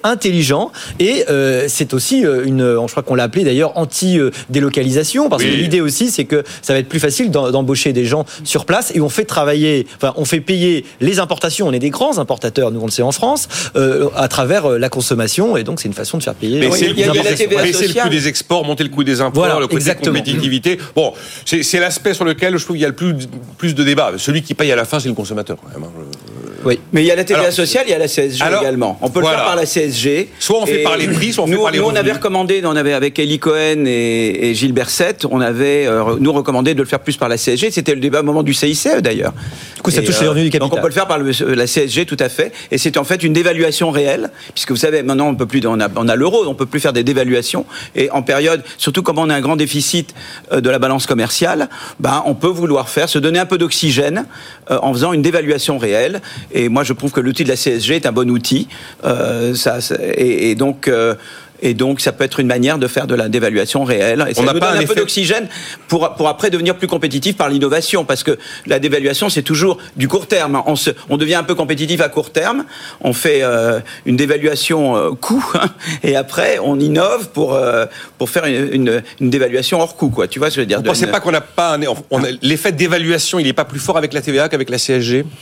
intelligent et euh, c'est aussi une, je crois qu'on l'a appelé d'ailleurs anti-délocalisation parce oui. que l'idée aussi c'est que ça va être plus facile d'embaucher des gens sur place et on fait travailler, enfin on fait payer les importations, on est des grands importateurs, nous on le sait en France, euh, à travers la consommation et donc c'est une façon de faire payer. Mais c'est, il y a, il y a la T V A baisser le coût des exports, monter le coût des imports, voilà, le côté exactement. compétitivité. Bon, c'est, c'est l'aspect sur lequel je trouve qu'il y a le plus, plus de débat. Celui qui paye à la fin, c'est le consommateur quand même. Oui, mais il y a la T V A alors, sociale, il y a la C S G alors, également. On peut voilà. le faire par la C S G. Soit on fait par les prix, soit on nous, fait par les nous, revenus. On avait recommandé, on avait avec Eli Cohen et, et Gilles Berset, on avait euh, nous recommandé de le faire plus par la C S G. C'était le débat au moment du C I C E d'ailleurs. Du coup, ça et, touche les revenus du capital. Donc on peut le faire par le, la C S G, tout à fait. Et c'est en fait une dévaluation réelle, puisque vous savez, maintenant on peut plus, on a, on a l'euro, on peut plus faire des dévaluations. Et en période, surtout comme on a un grand déficit de la balance commerciale, ben on peut vouloir faire, se donner un peu d'oxygène euh, en faisant une dévaluation réelle. Et moi, je trouve que l'outil de la C S G est un bon outil. Euh, ça, et, et donc. Euh, Et donc, ça peut être une manière de faire de la dévaluation réelle. Et ça on nous n'a pas donne un, un peu effet... d'oxygène pour, pour après devenir plus compétitif par l'innovation. Parce que la dévaluation, c'est toujours du court terme. On, se, on devient un peu compétitif à court terme. On fait euh, une dévaluation euh, coût. Hein, et après, on innove pour, euh, pour faire une, une, une dévaluation hors coût. Quoi. Tu vois ce que je veux dire? Vous ne pensez une... pas qu'on n'a pas... Un... On a... L'effet de dévaluation, il n'est pas plus fort avec la T V A qu'avec la C S G?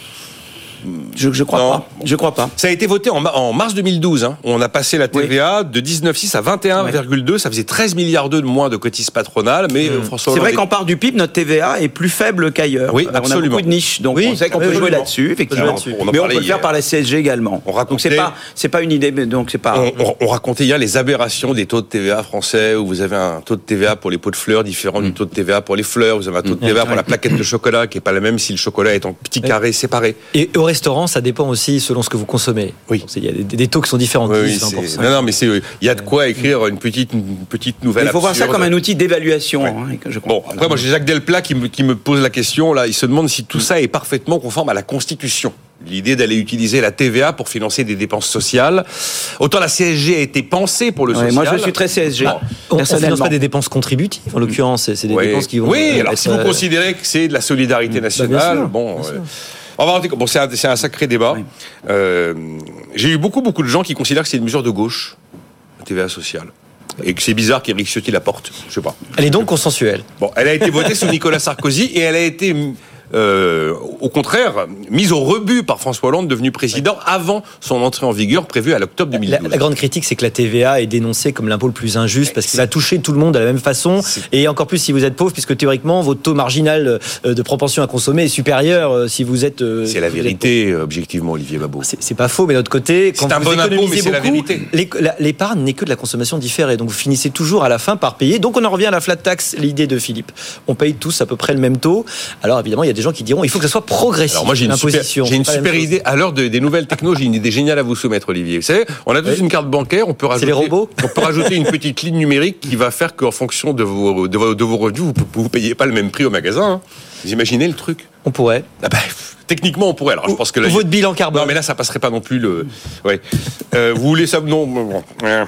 Je, je crois non. pas. Je crois pas. Ça a été voté en, en mars deux mille douze. Hein. On a passé la T V A oui. de dix-neuf virgule six à vingt et un virgule deux. Oui. Ça faisait treize milliards d'euros de moins de cotises patronales. Mais mmh. François c'est vrai qu'en part du P I B, notre T V A est plus faible qu'ailleurs. Oui, absolument. On a beaucoup de niches, donc oui, on sait qu'on peut jouer là-dessus, effectivement. Alors, on mais on peut le faire par la C S G également. On racontait... Donc c'est pas, c'est pas une idée, mais donc c'est pas. On, on, on racontait hier les aberrations des taux de T V A français, où vous avez un taux de T V A pour les pots de fleurs différent mmh. du taux de T V A pour les fleurs. Vous avez un taux de T V A mmh. pour la plaquette de chocolat qui est pas la même si le chocolat est en petits carrés séparés. Et au restaurant, ça dépend aussi selon ce que vous consommez. Oui. Il y a des, des taux qui sont différents. Oui, dix, oui, non, non, mais c'est, il y a de quoi écrire une petite, une petite nouvelle. Il faut absurde. voir ça comme un outil d'évaluation. Ouais. Hein, que je bon, après, moi, j'ai Jacques Delplat qui me, qui me pose la question, là. Il se demande si tout ça est parfaitement conforme à la Constitution. L'idée d'aller utiliser la T V A pour financer des dépenses sociales. Autant la C S G a été pensée pour le ouais, social. Moi, je suis très C S G. Bon, on ne finance pas des dépenses contributives, en l'occurrence. C'est des oui. dépenses qui vont... Oui, alors être... si vous considérez que c'est de la solidarité nationale, bah, sûr, bon... On va bon, c'est, un, c'est un sacré débat. Oui. Euh, j'ai eu beaucoup, beaucoup de gens qui considèrent que c'est une mesure de gauche, la T V A sociale. Et que c'est bizarre qu'Éric Ciotti la porte. Je sais pas. Elle est donc consensuelle. Bon, elle a été votée sous Nicolas Sarkozy et elle a été... Euh, au contraire, mise au rebut par François Hollande, devenu président avant son entrée en vigueur prévue à l'octobre deux mille douze. La, la grande critique, c'est que la T V A est dénoncée comme l'impôt le plus injuste parce qu'il va toucher tout le monde de la même façon c'est... et encore plus si vous êtes pauvre, puisque théoriquement votre taux marginal de propension à consommer est supérieur si vous êtes. C'est la vérité, objectivement, Olivier Babot. C'est, c'est pas faux, mais de l'autre côté, quand c'est un vous bon impôt, mais c'est beaucoup, la vérité. L'épargne n'est que de la consommation différée, donc vous finissez toujours à la fin par payer. Donc on en revient à la flat tax, l'idée de Philippe. On paye tous à peu près le même taux. Alors évidemment, il y a des gens qui diront il faut que ça soit progressif. Alors moi j'ai une super, j'ai une super idée. À l'heure de, des nouvelles technos, j'ai une idée géniale à vous soumettre, Olivier. Vous savez, on a tous oui. une carte bancaire, on peut rajouter, c'est les robots. On peut rajouter une petite ligne numérique qui va faire qu'en fonction de vos de vos, de vos revenus, vous vous payez pas le même prix au magasin. Hein. Vous imaginez le truc? On pourrait. Ah bah, techniquement, on pourrait. Alors je pense que là, votre il... bilan carbone. Non, mais là, ça passerait pas non plus le. Ouais. Euh, vous voulez ça? Non. Bon.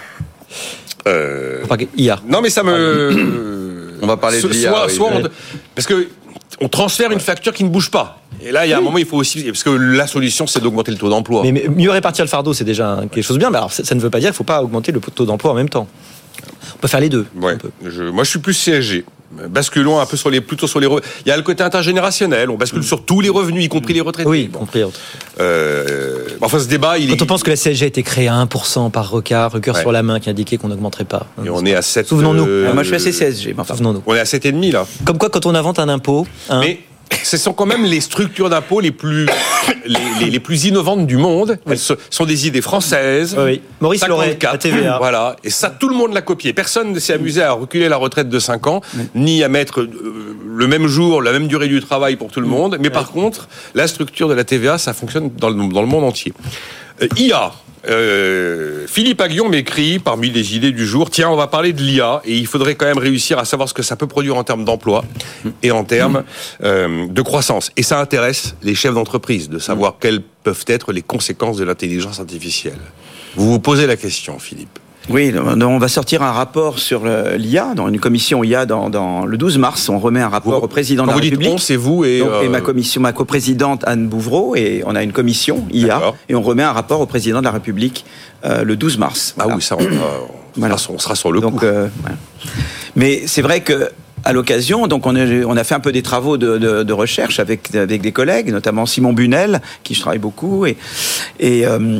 Euh... I A. Non, mais ça me. On va parler de l'I A. Soit, oui, soit oui. on... parce que. On transfère une facture qui ne bouge pas. Et là, il y a un moment, il faut aussi... Parce que la solution, c'est d'augmenter le taux d'emploi. Mais, mais mieux répartir le fardeau, c'est déjà quelque chose de bien. Mais alors, ça, ça ne veut pas dire qu'il ne faut pas augmenter le taux d'emploi en même temps. On peut faire les deux. Ouais. Je, moi, je suis plus C S G. Basculons un peu sur les, plutôt sur les revenus. Il y a le côté intergénérationnel. On bascule mmh. sur tous les revenus, y compris les retraités. Oui, y bon. compris. Euh, enfin, ce débat, il Quand est... on pense que la C S G a été créée à un pour cent par regard, regard ouais. sur la main, qui indiquait qu'on n'augmenterait pas. Et on est à sept... Souvenons-nous. Euh, moi, je suis assez C S G. Enfin, souvenons-nous. On est à sept virgule cinq là. Comme quoi, quand on invente un impôt... Hein, mais ce sont quand même les structures d'impôt les plus, les, les, les plus innovantes du monde. Elles oui. sont des idées françaises. Oui, oui. Maurice Loret, la T V A. Voilà. Et ça, tout le monde l'a copié. Personne ne s'est amusé à reculer la retraite de cinq ans, oui. ni à mettre euh, le même jour, la même durée du travail pour tout le monde. Mais oui. par contre, la structure de la T V A, ça fonctionne dans le, dans le monde entier. Euh, I A. Euh, Philippe Aguillon m'écrit parmi les idées du jour, tiens, on va parler de l'I A et il faudrait quand même réussir à savoir ce que ça peut produire en termes d'emploi et en termes euh, de croissance. Et ça intéresse les chefs d'entreprise de savoir quelles peuvent être les conséquences de l'intelligence artificielle. Vous vous posez la question, Philippe. Oui, on va sortir un rapport sur l'I A, dans une commission I A dans, dans le douze mars. On remet un rapport vous, au président de la vous République. Dites on, c'est vous et, Donc, euh... et ma commission, ma coprésidente Anne Bouvreau, et on a une commission I A. D'accord. Et on remet un rapport au président de la République euh, le douze mars. Ah voilà. Oui, ça, on, euh, on, voilà. sera, on sera sur le Donc, coup. Euh, voilà. Mais c'est vrai que à l'occasion, donc on a, on a fait un peu des travaux de, de, de recherche avec, avec des collègues, notamment Simon Bunel, qui je travaille beaucoup, et, et euh,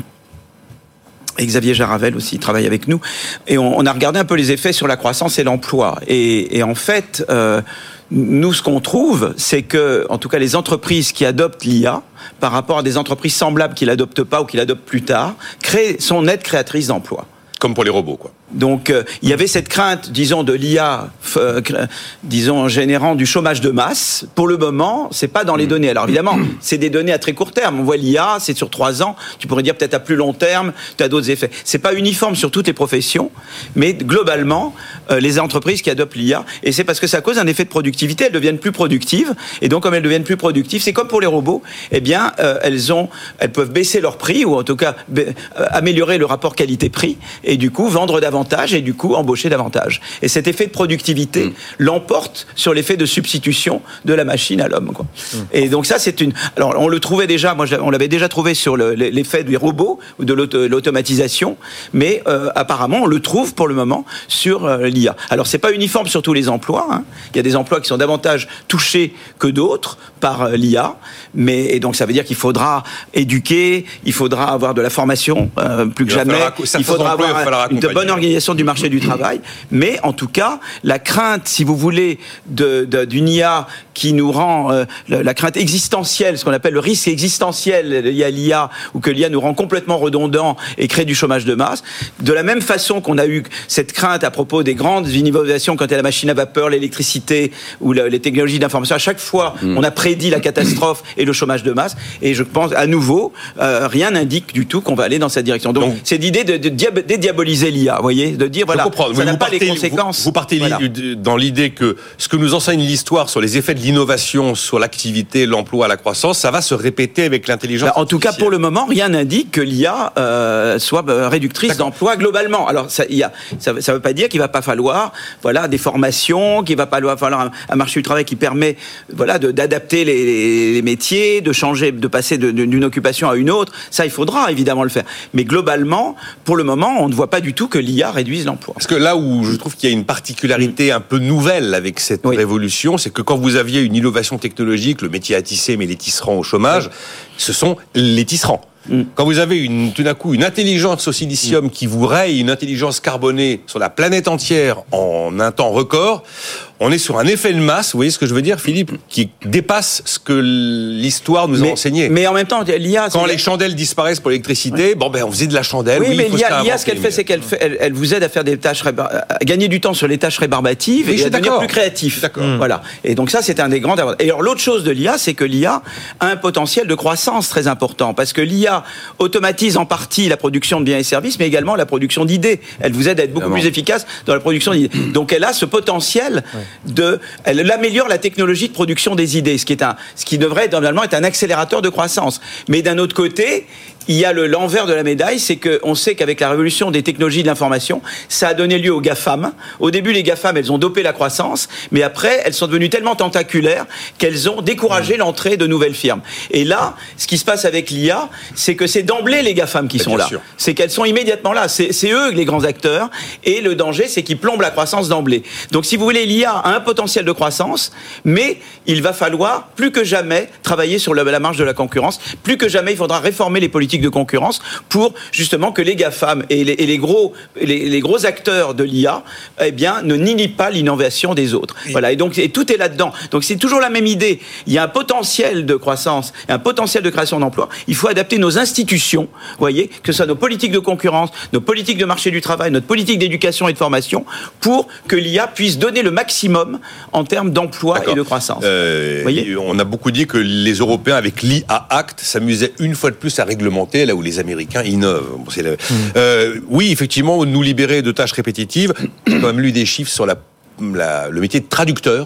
Et Xavier Jaravel aussi travaille avec nous. Et on, on a regardé un peu les effets sur la croissance et l'emploi. Et, et en fait, euh, nous, ce qu'on trouve, c'est que, en tout cas, les entreprises qui adoptent l'I A, par rapport à des entreprises semblables qui l'adoptent pas ou qui l'adoptent plus tard, créent, sont nettes créatrices d'emplois. Comme pour les robots, quoi. Donc, euh, il y avait cette crainte, disons, de l'I A, euh, disons, générant du chômage de masse. Pour le moment, c'est pas dans les données. Alors, évidemment, c'est des données à très court terme. On voit l'I A, c'est sur trois ans. Tu pourrais dire peut-être à plus long terme, tu as d'autres effets. C'est pas uniforme sur toutes les professions, mais globalement, euh, les entreprises qui adoptent l'I A, et c'est parce que ça cause un effet de productivité, elles deviennent plus productives. Et donc, comme elles deviennent plus productives, c'est comme pour les robots, eh bien, euh, elles ont, elles peuvent baisser leur prix, ou en tout cas, euh, améliorer le rapport qualité-prix, et du coup, vendre davantage et du coup embaucher davantage. Et cet effet de productivité mmh. l'emporte sur l'effet de substitution de la machine à l'homme, quoi. Mmh. Et donc ça, c'est une... Alors, on le trouvait déjà, moi, on l'avait déjà trouvé sur le, l'effet des robots ou de l'auto, l'automatisation, mais euh, apparemment, on le trouve pour le moment sur euh, l'I A. Alors, c'est pas uniforme sur tous les emplois, hein. Il y a des emplois qui sont davantage touchés que d'autres par euh, l'I A, mais et donc ça veut dire qu'il faudra éduquer, il faudra avoir de la formation euh, plus que jamais, il faudra avoir un, une bonne organisation du marché du travail, mais en tout cas, la crainte, si vous voulez, de, de, d'une I A qui nous rend, euh, la, la crainte existentielle, ce qu'on appelle le risque existentiel lié à l'I A, ou que l'I A nous rend complètement redondant et crée du chômage de masse, de la même façon qu'on a eu cette crainte à propos des grandes innovations quand il y a la machine à vapeur, l'électricité ou la, les technologies d'information, à chaque fois, mmh. on a prédit la catastrophe et le chômage de masse, et je pense, à nouveau, euh, rien n'indique du tout qu'on va aller dans cette direction. Donc, Donc c'est l'idée de, de diab- dédiaboliser l'I A, vous voyez, de dire, voilà, ça oui, n'a pas partez, les conséquences. Vous, vous partez voilà. dans l'idée que ce que nous enseigne l'histoire sur les effets de l'innovation sur l'activité, l'emploi, la croissance, ça va se répéter avec l'intelligence bah, en tout cas, pour le moment, rien n'indique que l'I A euh, soit euh, réductrice D'accord. d'emploi globalement. Alors, ça ne veut pas dire qu'il ne va pas falloir voilà, des formations, qu'il ne va pas falloir un, un marché du travail qui permet voilà, de, d'adapter les, les, les métiers, de changer, de passer de, de, d'une occupation à une autre. Ça, il faudra évidemment le faire. Mais globalement, pour le moment, on ne voit pas du tout que l'I A réduise l'emploi. Parce que là où je trouve qu'il y a une particularité un peu nouvelle avec cette oui. révolution, c'est que quand vous aviez une innovation technologique, le métier à tisser, mais les tisserands au chômage, oui. ce sont les tisserands. Mm. Quand vous avez une, tout d'un coup une intelligence au silicium mm. qui vous raye une intelligence carbonée sur la planète entière en un temps record, on est sur un effet de masse, vous voyez ce que je veux dire, Philippe, qui dépasse ce que l'histoire nous a mais, enseigné. Mais en même temps, l'I A... Quand les chandelles disparaissent pour l'électricité, oui. bon ben on faisait de la chandelle. Oui, oui mais l'I A, l'I A, inventer, ce qu'elle mais... fait, c'est qu'elle fait, elle, elle vous aide à faire des tâches, à gagner du temps sur les tâches rébarbatives oui, et à devenir d'accord. plus créatif. D'accord. Mmh. Voilà. Et donc ça, c'est un des grands avantages. Et alors l'autre chose de l'I A, c'est que l'I A a un potentiel de croissance très important, parce que l'I A automatise en partie la production de biens et services, mais également la production d'idées. Elle vous aide à être beaucoup Évidemment. plus efficace dans la production d'idées. Donc elle a ce potentiel ouais. de, elle améliore la technologie de production des idées, ce qui est un, ce qui devrait normalement être un accélérateur de croissance. Mais d'un autre côté, il y a le, l'envers de la médaille, c'est qu'on sait qu'avec la révolution des technologies de l'information, ça a donné lieu aux GAFAM. Au début, les GAFAM, elles ont dopé la croissance, mais après, elles sont devenues tellement tentaculaires qu'elles ont découragé l'entrée de nouvelles firmes. Et là, ce qui se passe avec l'I A, c'est que c'est d'emblée les GAFAM qui sont là. Sûr. C'est qu'elles sont immédiatement là. C'est, c'est eux les grands acteurs. Et le danger, c'est qu'ils plombent la croissance d'emblée. Donc, si vous voulez, l'I A a un potentiel de croissance, mais il va falloir plus que jamais travailler sur la marge de la concurrence. Plus que jamais, il faudra réformer les politiques de concurrence pour justement que les GAFAM et les, et les gros les, les gros acteurs de l'I A eh bien ne nient pas l'innovation des autres. Et voilà, et donc et tout est là-dedans. Donc c'est toujours la même idée. Il y a un potentiel de croissance, un potentiel de création d'emplois. Il faut adapter nos institutions, vous voyez, que ce soit nos politiques de concurrence, nos politiques de marché du travail, notre politique d'éducation et de formation, pour que l'I A puisse donner le maximum en termes d'emploi D'accord. et de croissance. Euh, voyez on a beaucoup dit que les Européens avec l'I A Act s'amusaient une fois de plus à réglementer là où les Américains innovent. Bon, c'est le... mmh. euh, oui, effectivement, nous libérer de tâches répétitives. J'ai quand même lu des chiffres sur la, la, le métier de traducteur.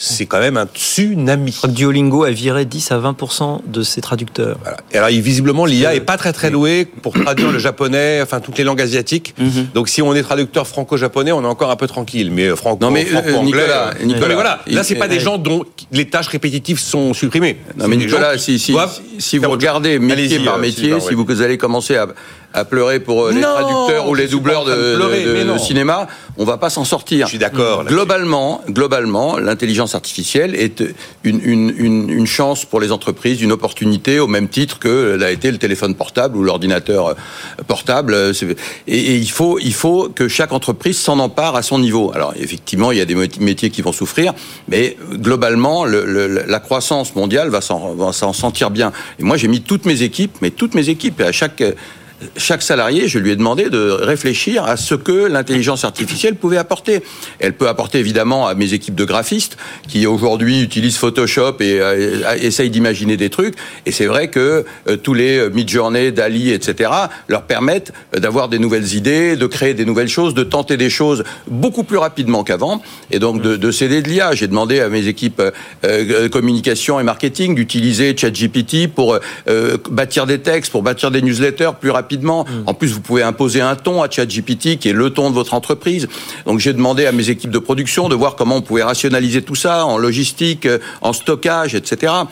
c'est quand même un tsunami. Je crois que Duolingo a viré dix à vingt pour cent de ses traducteurs. Voilà. Et alors, visiblement, l'I A est pas très très douée pour traduire le japonais, enfin toutes les langues asiatiques. Mm-hmm. Donc, si on est traducteur franco-japonais, on est encore un peu tranquille. Mais franco, non mais franco-anglais, euh, Nicolas, euh, Nicolas, mais voilà. Là, c'est il, pas des euh, gens dont les tâches répétitives sont supprimées. Non mais Nicolas, si si, si vous regardez métier par métier, si vous allez commencer à à pleurer pour les non, traducteurs ou les doubleurs de, de, pleurer, de, de cinéma, on va pas s'en sortir. Je suis d'accord. Globalement, globalement, l'intelligence artificielle est une, une, une, une chance pour les entreprises, une opportunité au même titre que l'a été le téléphone portable ou l'ordinateur portable. Et, et il faut, il faut que chaque entreprise s'en empare à son niveau. Alors effectivement, il y a des métiers qui vont souffrir, mais globalement, le, le, la croissance mondiale va s'en, va s'en sentir bien. Et moi, j'ai mis toutes mes équipes, mais toutes mes équipes, et à chaque Chaque salarié, je lui ai demandé de réfléchir à ce que l'intelligence artificielle pouvait apporter. Elle peut apporter évidemment à mes équipes de graphistes qui aujourd'hui utilisent Photoshop et euh, essayent d'imaginer des trucs. Et c'est vrai que euh, tous les Midjourney, Dali, et cetera leur permettent d'avoir des nouvelles idées, de créer des nouvelles choses, de tenter des choses beaucoup plus rapidement qu'avant. Et donc de, de s'aider de l'I A. J'ai demandé à mes équipes euh, communication et marketing d'utiliser ChatGPT pour euh, bâtir des textes, pour bâtir des newsletters plus rapidement. En plus, vous pouvez imposer un ton à ChatGPT qui est le ton de votre entreprise. Donc, j'ai demandé à mes équipes de production de voir comment on pouvait rationaliser tout ça en logistique, en stockage, et cetera.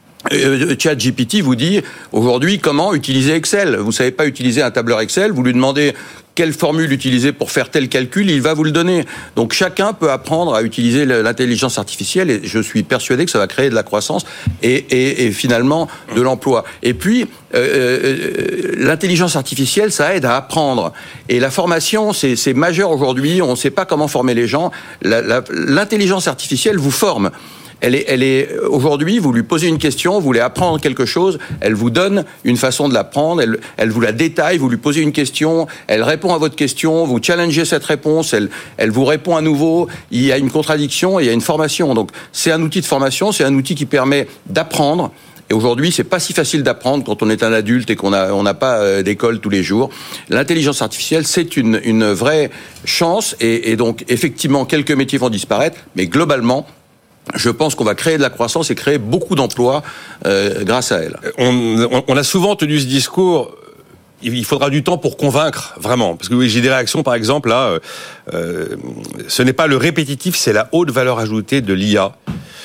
ChatGPT vous dit aujourd'hui comment utiliser Excel. Vous savez pas utiliser un tableur Excel, vous lui demandez quelle formule utiliser pour faire tel calcul, il va vous le donner. Donc chacun peut apprendre à utiliser l'intelligence artificielle et je suis persuadé que ça va créer de la croissance et, et, et finalement de l'emploi. Et puis, euh, euh, l'intelligence artificielle, ça aide à apprendre. Et la formation, c'est, c'est majeur aujourd'hui, on ne sait pas comment former les gens. La, la, l'intelligence artificielle vous forme. Elle est, elle est, aujourd'hui, vous lui posez une question, vous voulez apprendre quelque chose, elle vous donne une façon de l'apprendre, elle, elle vous la détaille, vous lui posez une question, elle répond à votre question, vous challengez cette réponse, elle, elle vous répond à nouveau, il y a une contradiction et il y a une formation. Donc, c'est un outil de formation, c'est un outil qui permet d'apprendre. Et aujourd'hui, c'est pas si facile d'apprendre quand on est un adulte et qu'on a, on n'a pas d'école tous les jours. L'intelligence artificielle, c'est une, une vraie chance et, et donc, effectivement, quelques métiers vont disparaître, mais globalement, je pense qu'on va créer de la croissance et créer beaucoup d'emplois euh, grâce à elle. On, on a souvent tenu ce discours. Il faudra du temps pour convaincre, vraiment. Parce que oui, j'ai des réactions, par exemple, là, euh, ce n'est pas le répétitif, c'est la haute valeur ajoutée de l'I A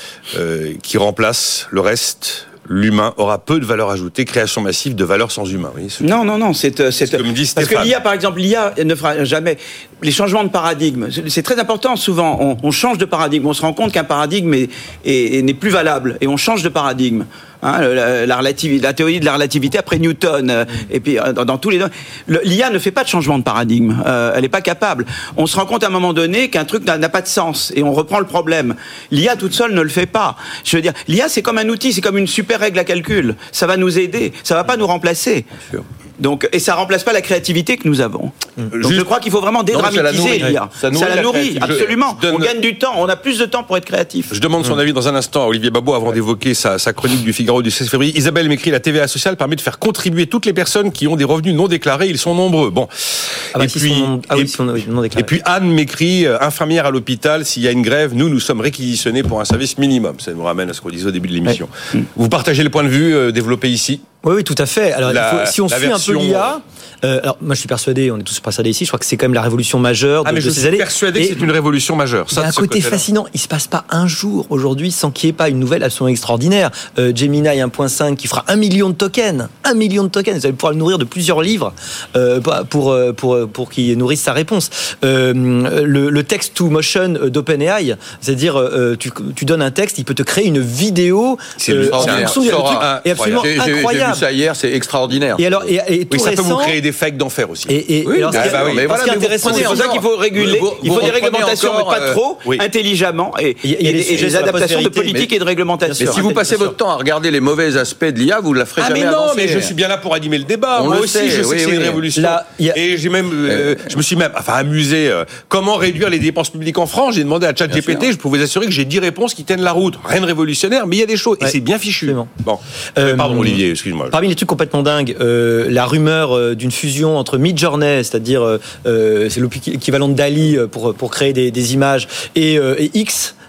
euh, qui remplace le reste. L'humain aura peu de valeur ajoutée, création massive de valeur sans humain. Oui, non, non, non, c'est, c'est, c'est comme dit parce Stéphane. que l'I A, par exemple, l'I A ne fera jamais les changements de paradigme. C'est très important. Souvent, on, on change de paradigme, on se rend compte qu'un paradigme est, est, est, n'est plus valable, et on change de paradigme. Hein, la, la, relativité, la théorie de la relativité après Newton, euh, et puis dans, dans tous les le, l'I A ne fait pas de changement de paradigme. Euh, elle n'est pas capable. On se rend compte à un moment donné qu'un truc n'a, n'a pas de sens et on reprend le problème. L'I A toute seule ne le fait pas. Je veux dire, l'I A c'est comme un outil, c'est comme une super règle à calcul. Ça va nous aider, ça va pas nous remplacer. Bien sûr. Donc, et ça remplace pas la créativité que nous avons. Donc, Juste... je crois qu'il faut vraiment dédramatiser l'I A. Ça, ça la nourrit, absolument. Donne... On gagne du temps, on a plus de temps pour être créatif. Je demande son avis dans un instant à Olivier Babot avant d'évoquer sa, sa chronique du Figaro du seize février. Isabelle m'écrit, la T V A sociale permet de faire contribuer toutes les personnes qui ont des revenus non déclarés. Ils sont nombreux. Bon. Ah bah, et, si puis, sont... ah oui, et, sont non déclarés. Et puis Anne m'écrit, infirmière à l'hôpital, s'il y a une grève, nous, nous sommes réquisitionnés pour un service minimum. Ça nous ramène à ce qu'on disait au début de l'émission. Ouais. Vous partagez le point de vue euh, développé ici? Oui, oui, tout à fait. Alors, la, il faut, si on suit version... un peu l'I A, euh, alors moi je suis persuadé, on est tous persuadés ici, je crois que c'est quand même la révolution majeure de, ah, mais de je ces suis années. persuadé Et que c'est une révolution majeure. Ça, il y a un côté fascinant. Il se passe pas un jour aujourd'hui sans qu'il n'y ait pas une nouvelle absolument extraordinaire. Euh, Gemini un point cinq qui fera un million de tokens, un million de tokens. Vous allez pouvoir le nourrir de plusieurs livres euh, pour pour pour pour qu'il nourrisse sa réponse. Euh, le, le text to motion d'OpenAI, c'est-à-dire euh, tu tu donnes un texte, il peut te créer une vidéo. C'est euh, en fonction du truc est absolument j'ai, incroyable. J'ai vu ça hier, c'est extraordinaire. Et alors, et, et tout oui, ça récent, peut vous créer des fakes d'enfer aussi. Et, et, oui, alors, bah, ce qui, bah, oui. mais voilà, ce qui est intéressant, c'est pour ça qu'il faut réguler. Vous, il faut vous des réglementations, encore, mais pas trop, euh, oui. intelligemment, et, il y a, il y a des, et, et des adaptations de politique mais, et de réglementation. Mais si vous passez votre temps à regarder les mauvais aspects de l'I A, vous ne la ferez ah jamais mais non, avancer. mais je suis bien là pour animer le débat. On Moi le aussi, sait, je sais oui, que c'est oui. une révolution. Là, a... Et j'ai même, euh, je me suis même, enfin, amusé. Euh, comment réduire les dépenses publiques en France? J'ai demandé à ChatGPT. Je peux vous assurer que j'ai dix réponses qui tiennent la route. Rien de révolutionnaire, mais il y a des choses. Ouais. Et c'est bien fichu. Absolument. Bon. Euh, Pardon, Olivier, excuse-moi. Parmi les trucs complètement dingues, euh, la rumeur euh, d'une fusion entre Midjourney, c'est-à-dire euh, c'est l'équivalent de Dali pour pour créer des, des images, et, euh, et X.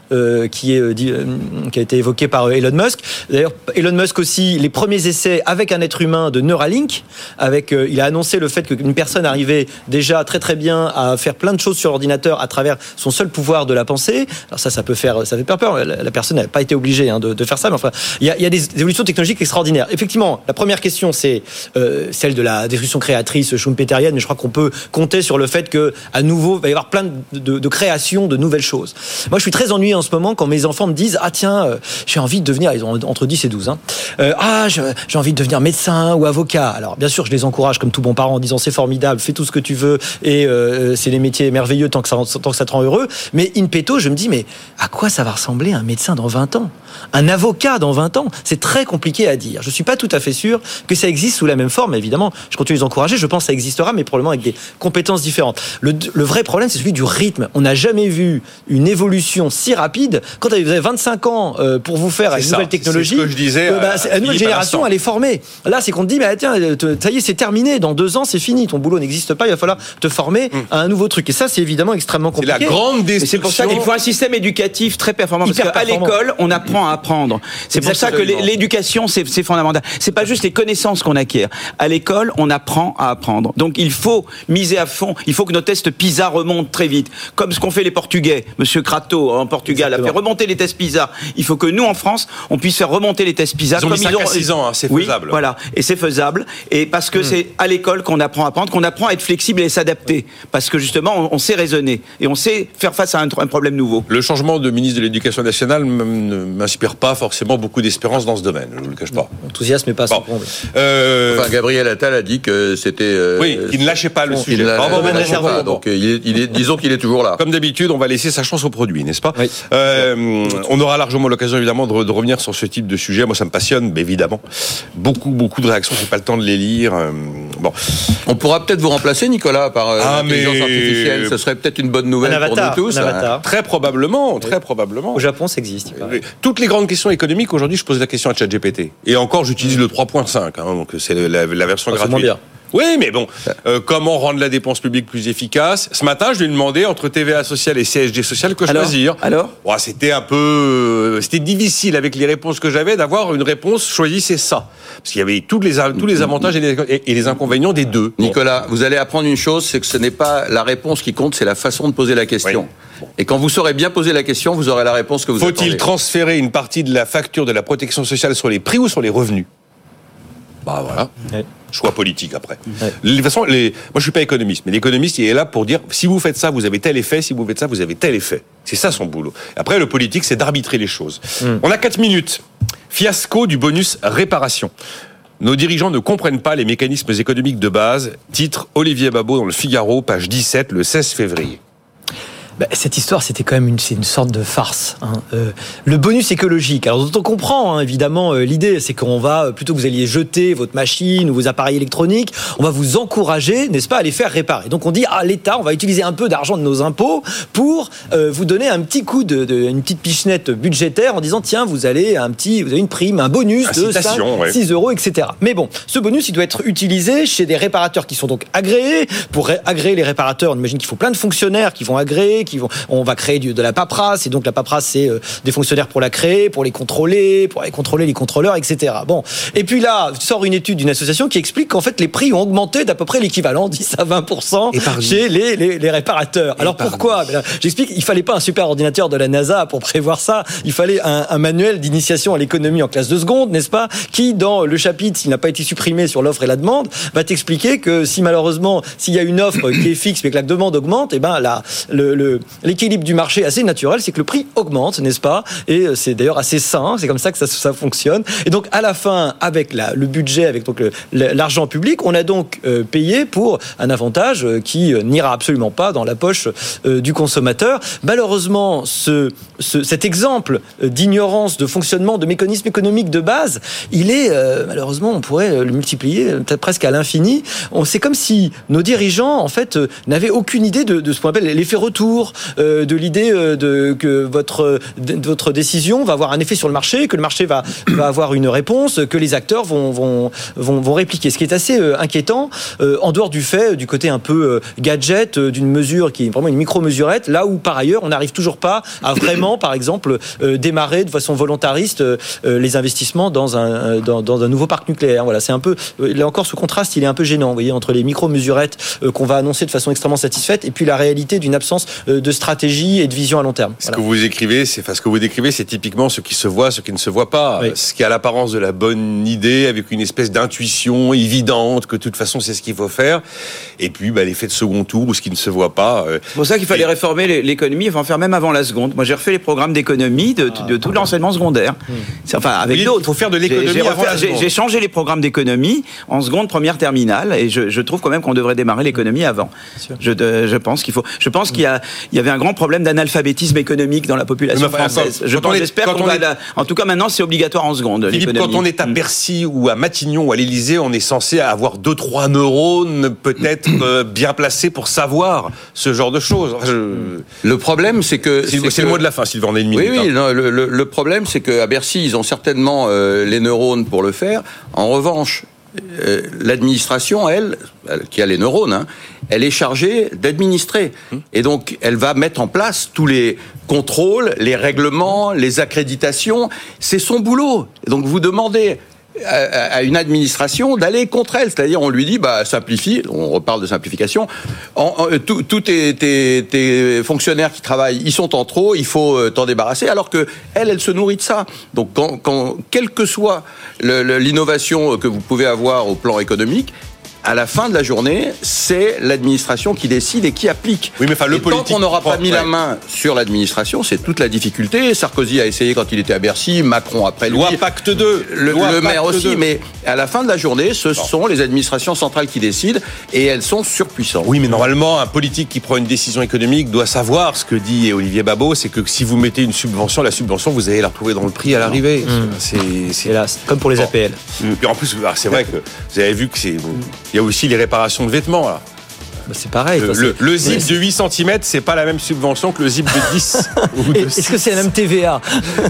euh, qui, est, euh, qui a été évoqué par Elon Musk. D'ailleurs, Elon Musk aussi, les premiers essais avec un être humain de Neuralink, avec, euh, il a annoncé le fait qu'une personne arrivait déjà très très bien à faire plein de choses sur l'ordinateur à travers son seul pouvoir de la pensée. Alors ça, ça peut faire, ça fait peur. La, la personne n'a pas été obligée hein, de, de faire ça, mais enfin, il y a, il y a des évolutions technologiques extraordinaires. Effectivement, la première question, c'est euh, celle de la destruction créatrice schumpeterienne, mais je crois qu'on peut compter sur le fait que, à nouveau, il va y avoir plein de, de, de créations de nouvelles choses. Moi, je suis très ennuyé en ce moment quand mes enfants me disent ah tiens, euh, j'ai envie de devenir, ils ont entre dix et douze, hein, euh, ah je, j'ai envie de devenir médecin ou avocat. Alors bien sûr, je les encourage comme tout bon parent en disant c'est formidable, fais tout ce que tu veux et euh, c'est les métiers merveilleux tant que ça tant que ça te rend heureux. Mais in petto, je me dis mais à quoi ça va ressembler un médecin dans vingt ans, un avocat dans vingt ans? C'est très compliqué à dire. Je suis pas tout à fait sûr que ça existe sous la même forme. Évidemment, je continue de les encourager. Je pense que ça existera, mais probablement avec des compétences différentes. Le, le vrai problème, c'est celui du rythme. On n'a jamais vu une évolution si rapide. Quand vous avez vingt-cinq ans euh, pour vous faire avec une nouvelle technologie, c'est ce que je disais, euh, bah, la nouvelle génération, elle est formée. Là, c'est qu'on te dit, bah, tiens, ça y est, c'est terminé. Dans deux ans, c'est fini. Ton boulot n'existe pas. Il va falloir te former hum. à un nouveau truc. Et ça, c'est évidemment extrêmement compliqué. C'est la grande destruction. C'est pour ça qu'il faut un système éducatif très performant. Parce qu'à l'école, on apprend à apprendre. C'est Exactement. pour ça que l'éducation, c'est, c'est fondamental. C'est pas juste les connaissances qu'on acquiert. À l'école, on apprend à apprendre. Donc, il faut miser à fond. Il faut que nos tests PISA remontent très vite. Comme ce qu'ont fait les Portugais. Monsieur Crato, en Portugal, Exactement. a fait remonter les tests PISA. Il faut que nous, en France, on puisse faire remonter les tests PISA. Ils ont comme mis cinq à six ans, hein, c'est faisable. Oui, voilà. Et c'est faisable. Et parce que mmh. c'est à l'école qu'on apprend à apprendre, qu'on apprend à être flexible et s'adapter. Parce que justement, on, on sait raisonner. Et on sait faire face à un, un problème nouveau. Le changement de ministre de l'Éducation nationale ne m'inspire pas forcément beaucoup d'espérance dans ce domaine. Je ne vous le cache pas. Enthousiasme mais pas bon. son comble. Euh... Enfin, Gabriel Attal a dit que c'était... Euh... Oui, il ne lâchait pas le bon, sujet. Il ne lâchait pas, pas. Donc, il est, il est, disons qu'il est toujours là. Comme d'habitude, on va laisser sa chance au produit, n'est-ce pas? Oui. euh, On aura largement l'occasion, évidemment, de, de revenir sur ce type de sujet. Moi, ça me passionne, mais évidemment. Beaucoup, beaucoup de réactions. J'ai pas le temps de les lire. Euh, bon. On pourra peut-être vous remplacer, Nicolas, par euh, ah, l'intelligence mais... artificielle. Ce serait peut-être une bonne nouvelle avatar, pour nous tous. Hein. Très probablement, très oui. probablement. Au Japon, ça existe. Toutes les grandes questions économiques, aujourd'hui, je pose la question à ChatGPT. Et encore, j'utilise mmh. le trois point cinq, hein, donc c'est la, la version oh, gratuite. C'est moins bien. Oui, mais bon, euh, comment rendre la dépense publique plus efficace? Ce matin, je lui ai demandé entre T V A sociale et C S G social que alors, choisir. Alors bon, c'était un peu, c'était difficile avec les réponses que j'avais d'avoir une réponse choisissez ça, parce qu'il y avait tous les tous les avantages et les, et les inconvénients des deux. Nicolas, vous allez apprendre une chose, c'est que ce n'est pas la réponse qui compte, c'est la façon de poser la question. Oui. Bon. Et quand vous saurez bien poser la question, vous aurez la réponse que vous Faut-il attendez. transférer une partie de la facture de la protection sociale sur les prix ou sur les revenus? Bah voilà. Ouais. Choix politique après. Ouais. De toute façon, les... moi je suis pas économiste, mais l'économiste il est là pour dire si vous faites ça, vous avez tel effet, si vous faites ça, vous avez tel effet. C'est ça son boulot. Après, le politique, c'est d'arbitrer les choses. Mm. On a quatre minutes. Fiasco du bonus réparation. Nos dirigeants ne comprennent pas les mécanismes économiques de base. Titre Olivier Babot dans le Figaro, page dix-sept, le seize février. Bah, cette histoire, c'était quand même une, c'est une sorte de farce. Hein. Euh, le bonus écologique. Alors, dont on comprend, hein, évidemment, euh, l'idée, c'est qu'on va, plutôt que vous alliez jeter votre machine ou vos appareils électroniques, on va vous encourager, n'est-ce pas, à les faire réparer. Donc, on dit, ah, l'État, on va utiliser un peu d'argent de nos impôts pour euh, vous donner un petit coup de, de, une petite pichenette budgétaire en disant, tiens, vous allez un petit, vous avez une prime, un bonus de cinq, ouais. six euros, et cetera. Mais bon, ce bonus, il doit être utilisé chez des réparateurs qui sont donc agréés. Pour ré- agréer les réparateurs, on imagine qu'il faut plein de fonctionnaires qui vont agréer, qui vont, on va créer du, de la paperasse, et donc la paperasse, c'est euh, des fonctionnaires pour la créer, pour les contrôler, pour aller contrôler les contrôleurs, et cetera. Bon. Et puis là, sort une étude d'une association qui explique qu'en fait, les prix ont augmenté d'à peu près l'équivalent, dix à vingt pour cent chez les, les, les réparateurs. Alors Épargne. Pourquoi? Ben là, j'explique, il fallait pas un super ordinateur de la NASA pour prévoir ça. Il fallait un, un manuel d'initiation à l'économie en classe de seconde, n'est-ce pas? Qui, dans le chapitre, s'il n'a pas été supprimé sur l'offre et la demande, va t'expliquer que si malheureusement, s'il y a une offre qui est fixe mais que la demande augmente, et ben là, le, le, l'équilibre du marché assez naturel, c'est que le prix augmente, n'est-ce pas? Et c'est d'ailleurs assez sain, c'est comme ça que ça, ça fonctionne. Et donc, à la fin, avec la, le budget, avec donc le, l'argent public, on a donc euh, payé pour un avantage qui euh, n'ira absolument pas dans la poche euh, du consommateur. Malheureusement, ce, ce, cet exemple d'ignorance de fonctionnement de mécanismes économiques de base, il est, euh, malheureusement, on pourrait le multiplier peut-être presque à l'infini. On, c'est comme si nos dirigeants, en fait, euh, n'avaient aucune idée de, de ce qu'on appelle l'effet retour, autour euh, de l'idée euh, de, que votre, de, votre décision va avoir un effet sur le marché, que le marché va, va avoir une réponse, que les acteurs vont, vont, vont, vont répliquer. Ce qui est assez euh, inquiétant, euh, en dehors du fait, du côté un peu euh, gadget, euh, d'une mesure qui est vraiment une micro-mesurette, là où par ailleurs on n'arrive toujours pas à vraiment, par exemple, euh, démarrer de façon volontariste euh, les investissements dans un, dans, dans un nouveau parc nucléaire. Voilà, c'est un peu, euh, là encore, ce contraste, il est un peu gênant, vous voyez, entre les micro-mesurettes euh, qu'on va annoncer de façon extrêmement satisfaite et puis la réalité d'une absence euh, de stratégie et de vision à long terme. Ce voilà. que vous écrivez, c'est, enfin, ce que vous décrivez, c'est typiquement ce qui se voit, ce qui ne se voit pas. Oui. Ce qui a l'apparence de la bonne idée, avec une espèce d'intuition évidente que de toute façon c'est ce qu'il faut faire. Et puis bah, l'effet de second tour ou ce qui ne se voit pas. Euh, c'est pour ça qu'il fallait et... réformer l'économie, il faut en faire même avant la seconde. Moi j'ai refait les programmes d'économie de, de, de tout l'enseignement secondaire. Mmh. Enfin avec oui, d'autres. Il faut faire de l'économie j'ai, j'ai avant refait, la seconde. J'ai, j'ai changé les programmes d'économie en seconde, première, terminale, et je, je trouve quand même qu'on devrait démarrer l'économie avant. Je, de, je pense qu'il faut. Je pense qu'il y a, il y avait un grand problème d'analphabétisme économique dans la population mais, française. Quand, je quand pense, est, j'espère qu'on va. La, en tout cas, maintenant, c'est obligatoire en seconde. Philippe, l'économie. Quand on est à Bercy ou à Matignon ou à l'Élysée, on est censé avoir deux, trois neurones peut-être euh, bien placés pour savoir ce genre de choses. Je... Le problème, c'est que c'est, c'est, c'est que... le mot de la fin, Sylvain. On a une minute. Oui, oui. Hein. Non, le, le, le problème, c'est qu'à Bercy, ils ont certainement euh, les neurones pour le faire. En revanche, euh, l'administration, elle, elle, qui a les neurones, hein, elle est chargée d'administrer. Et donc, elle va mettre en place tous les contrôles, les règlements, les accréditations. C'est son boulot. Et donc, vous demandez à, à une administration d'aller contre elle. C'est-à-dire, on lui dit, bah, simplifie. On reparle de simplification. En, en, tout, tout tes, tes, tes fonctionnaires qui travaillent, ils sont en trop, il faut t'en débarrasser. Alors que elle, elle se nourrit de ça. Donc, quand, quand quelle que soit le, le, l'innovation que vous pouvez avoir au plan économique, à la fin de la journée, c'est l'administration qui décide et qui applique. Oui, mais enfin, le et politique tant qu'on n'aura pas mis ouais. la main sur l'administration, c'est toute la difficulté. Sarkozy a essayé quand il était à Bercy, Macron après lui. Loi Pacte deux. Le, Loi le Pacte maire aussi. deux. Mais à la fin de la journée, ce bon. sont les administrations centrales qui décident et elles sont surpuissantes. Oui, mais normalement, un politique qui prend une décision économique doit savoir ce que dit Olivier Babot, c'est que si vous mettez une subvention, la subvention, vous allez la retrouver dans le prix à l'arrivée. Mmh. C'est, c'est là, comme pour les bon. A P L. Mmh. Et en plus, c'est vrai que vous avez vu que c'est, il y a aussi les réparations de vêtements là. Bah c'est pareil. Le, le, le zip de huit centimètres, c'est pas la même subvention que le zip de dix. ou de Est-ce six. Que c'est la même T V A?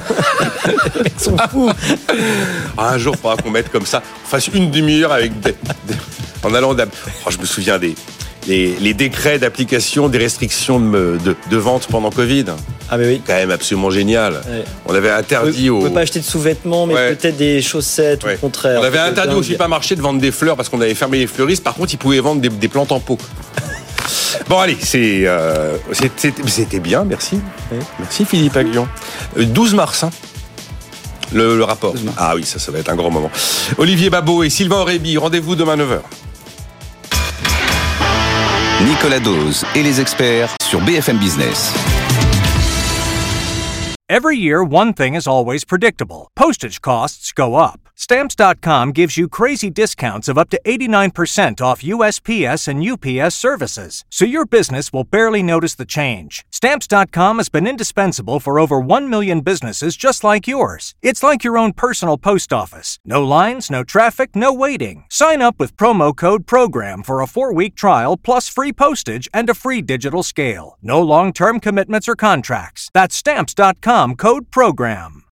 Ils sont fous. Un jour, il faudra qu'on mette comme ça, on fasse une demi-heure avec des, des, en allant. Oh, je me souviens des les, les décrets d'application des restrictions de, de, de vente pendant Covid. Ah mais oui. Quand même absolument génial. Ouais. On avait interdit aux... On ne aux... peut pas acheter de sous-vêtements, mais ouais. peut-être des chaussettes, ouais. au contraire. On avait interdit aux supermarchés de vendre des fleurs parce qu'on avait fermé les fleuristes. Par contre, ils pouvaient vendre des, des plantes en pot. Bon, allez, c'est, euh, c'était, c'était bien, merci. Oui. Merci Philippe Aghion. douze mars, hein, le, le rapport. Ah oui, ça, ça va être un grand moment. Olivier Babot et Sylvain Aurébi, rendez-vous demain neuf heures. Nicolas Dose et les experts sur B F M Business. Every year, one thing is always predictable. Postage costs go up. Stamps dot com gives you crazy discounts of up to eighty-nine percent off U S P S and U P S services, so your business will barely notice the change. Stamps dot com has been indispensable for over one million businesses just like yours. It's like your own personal post office. No lines, no traffic, no waiting. Sign up with promo code PROGRAM for a four-week trial plus free postage and a free digital scale. No long-term commitments or contracts. That's Stamps dot com, code PROGRAM.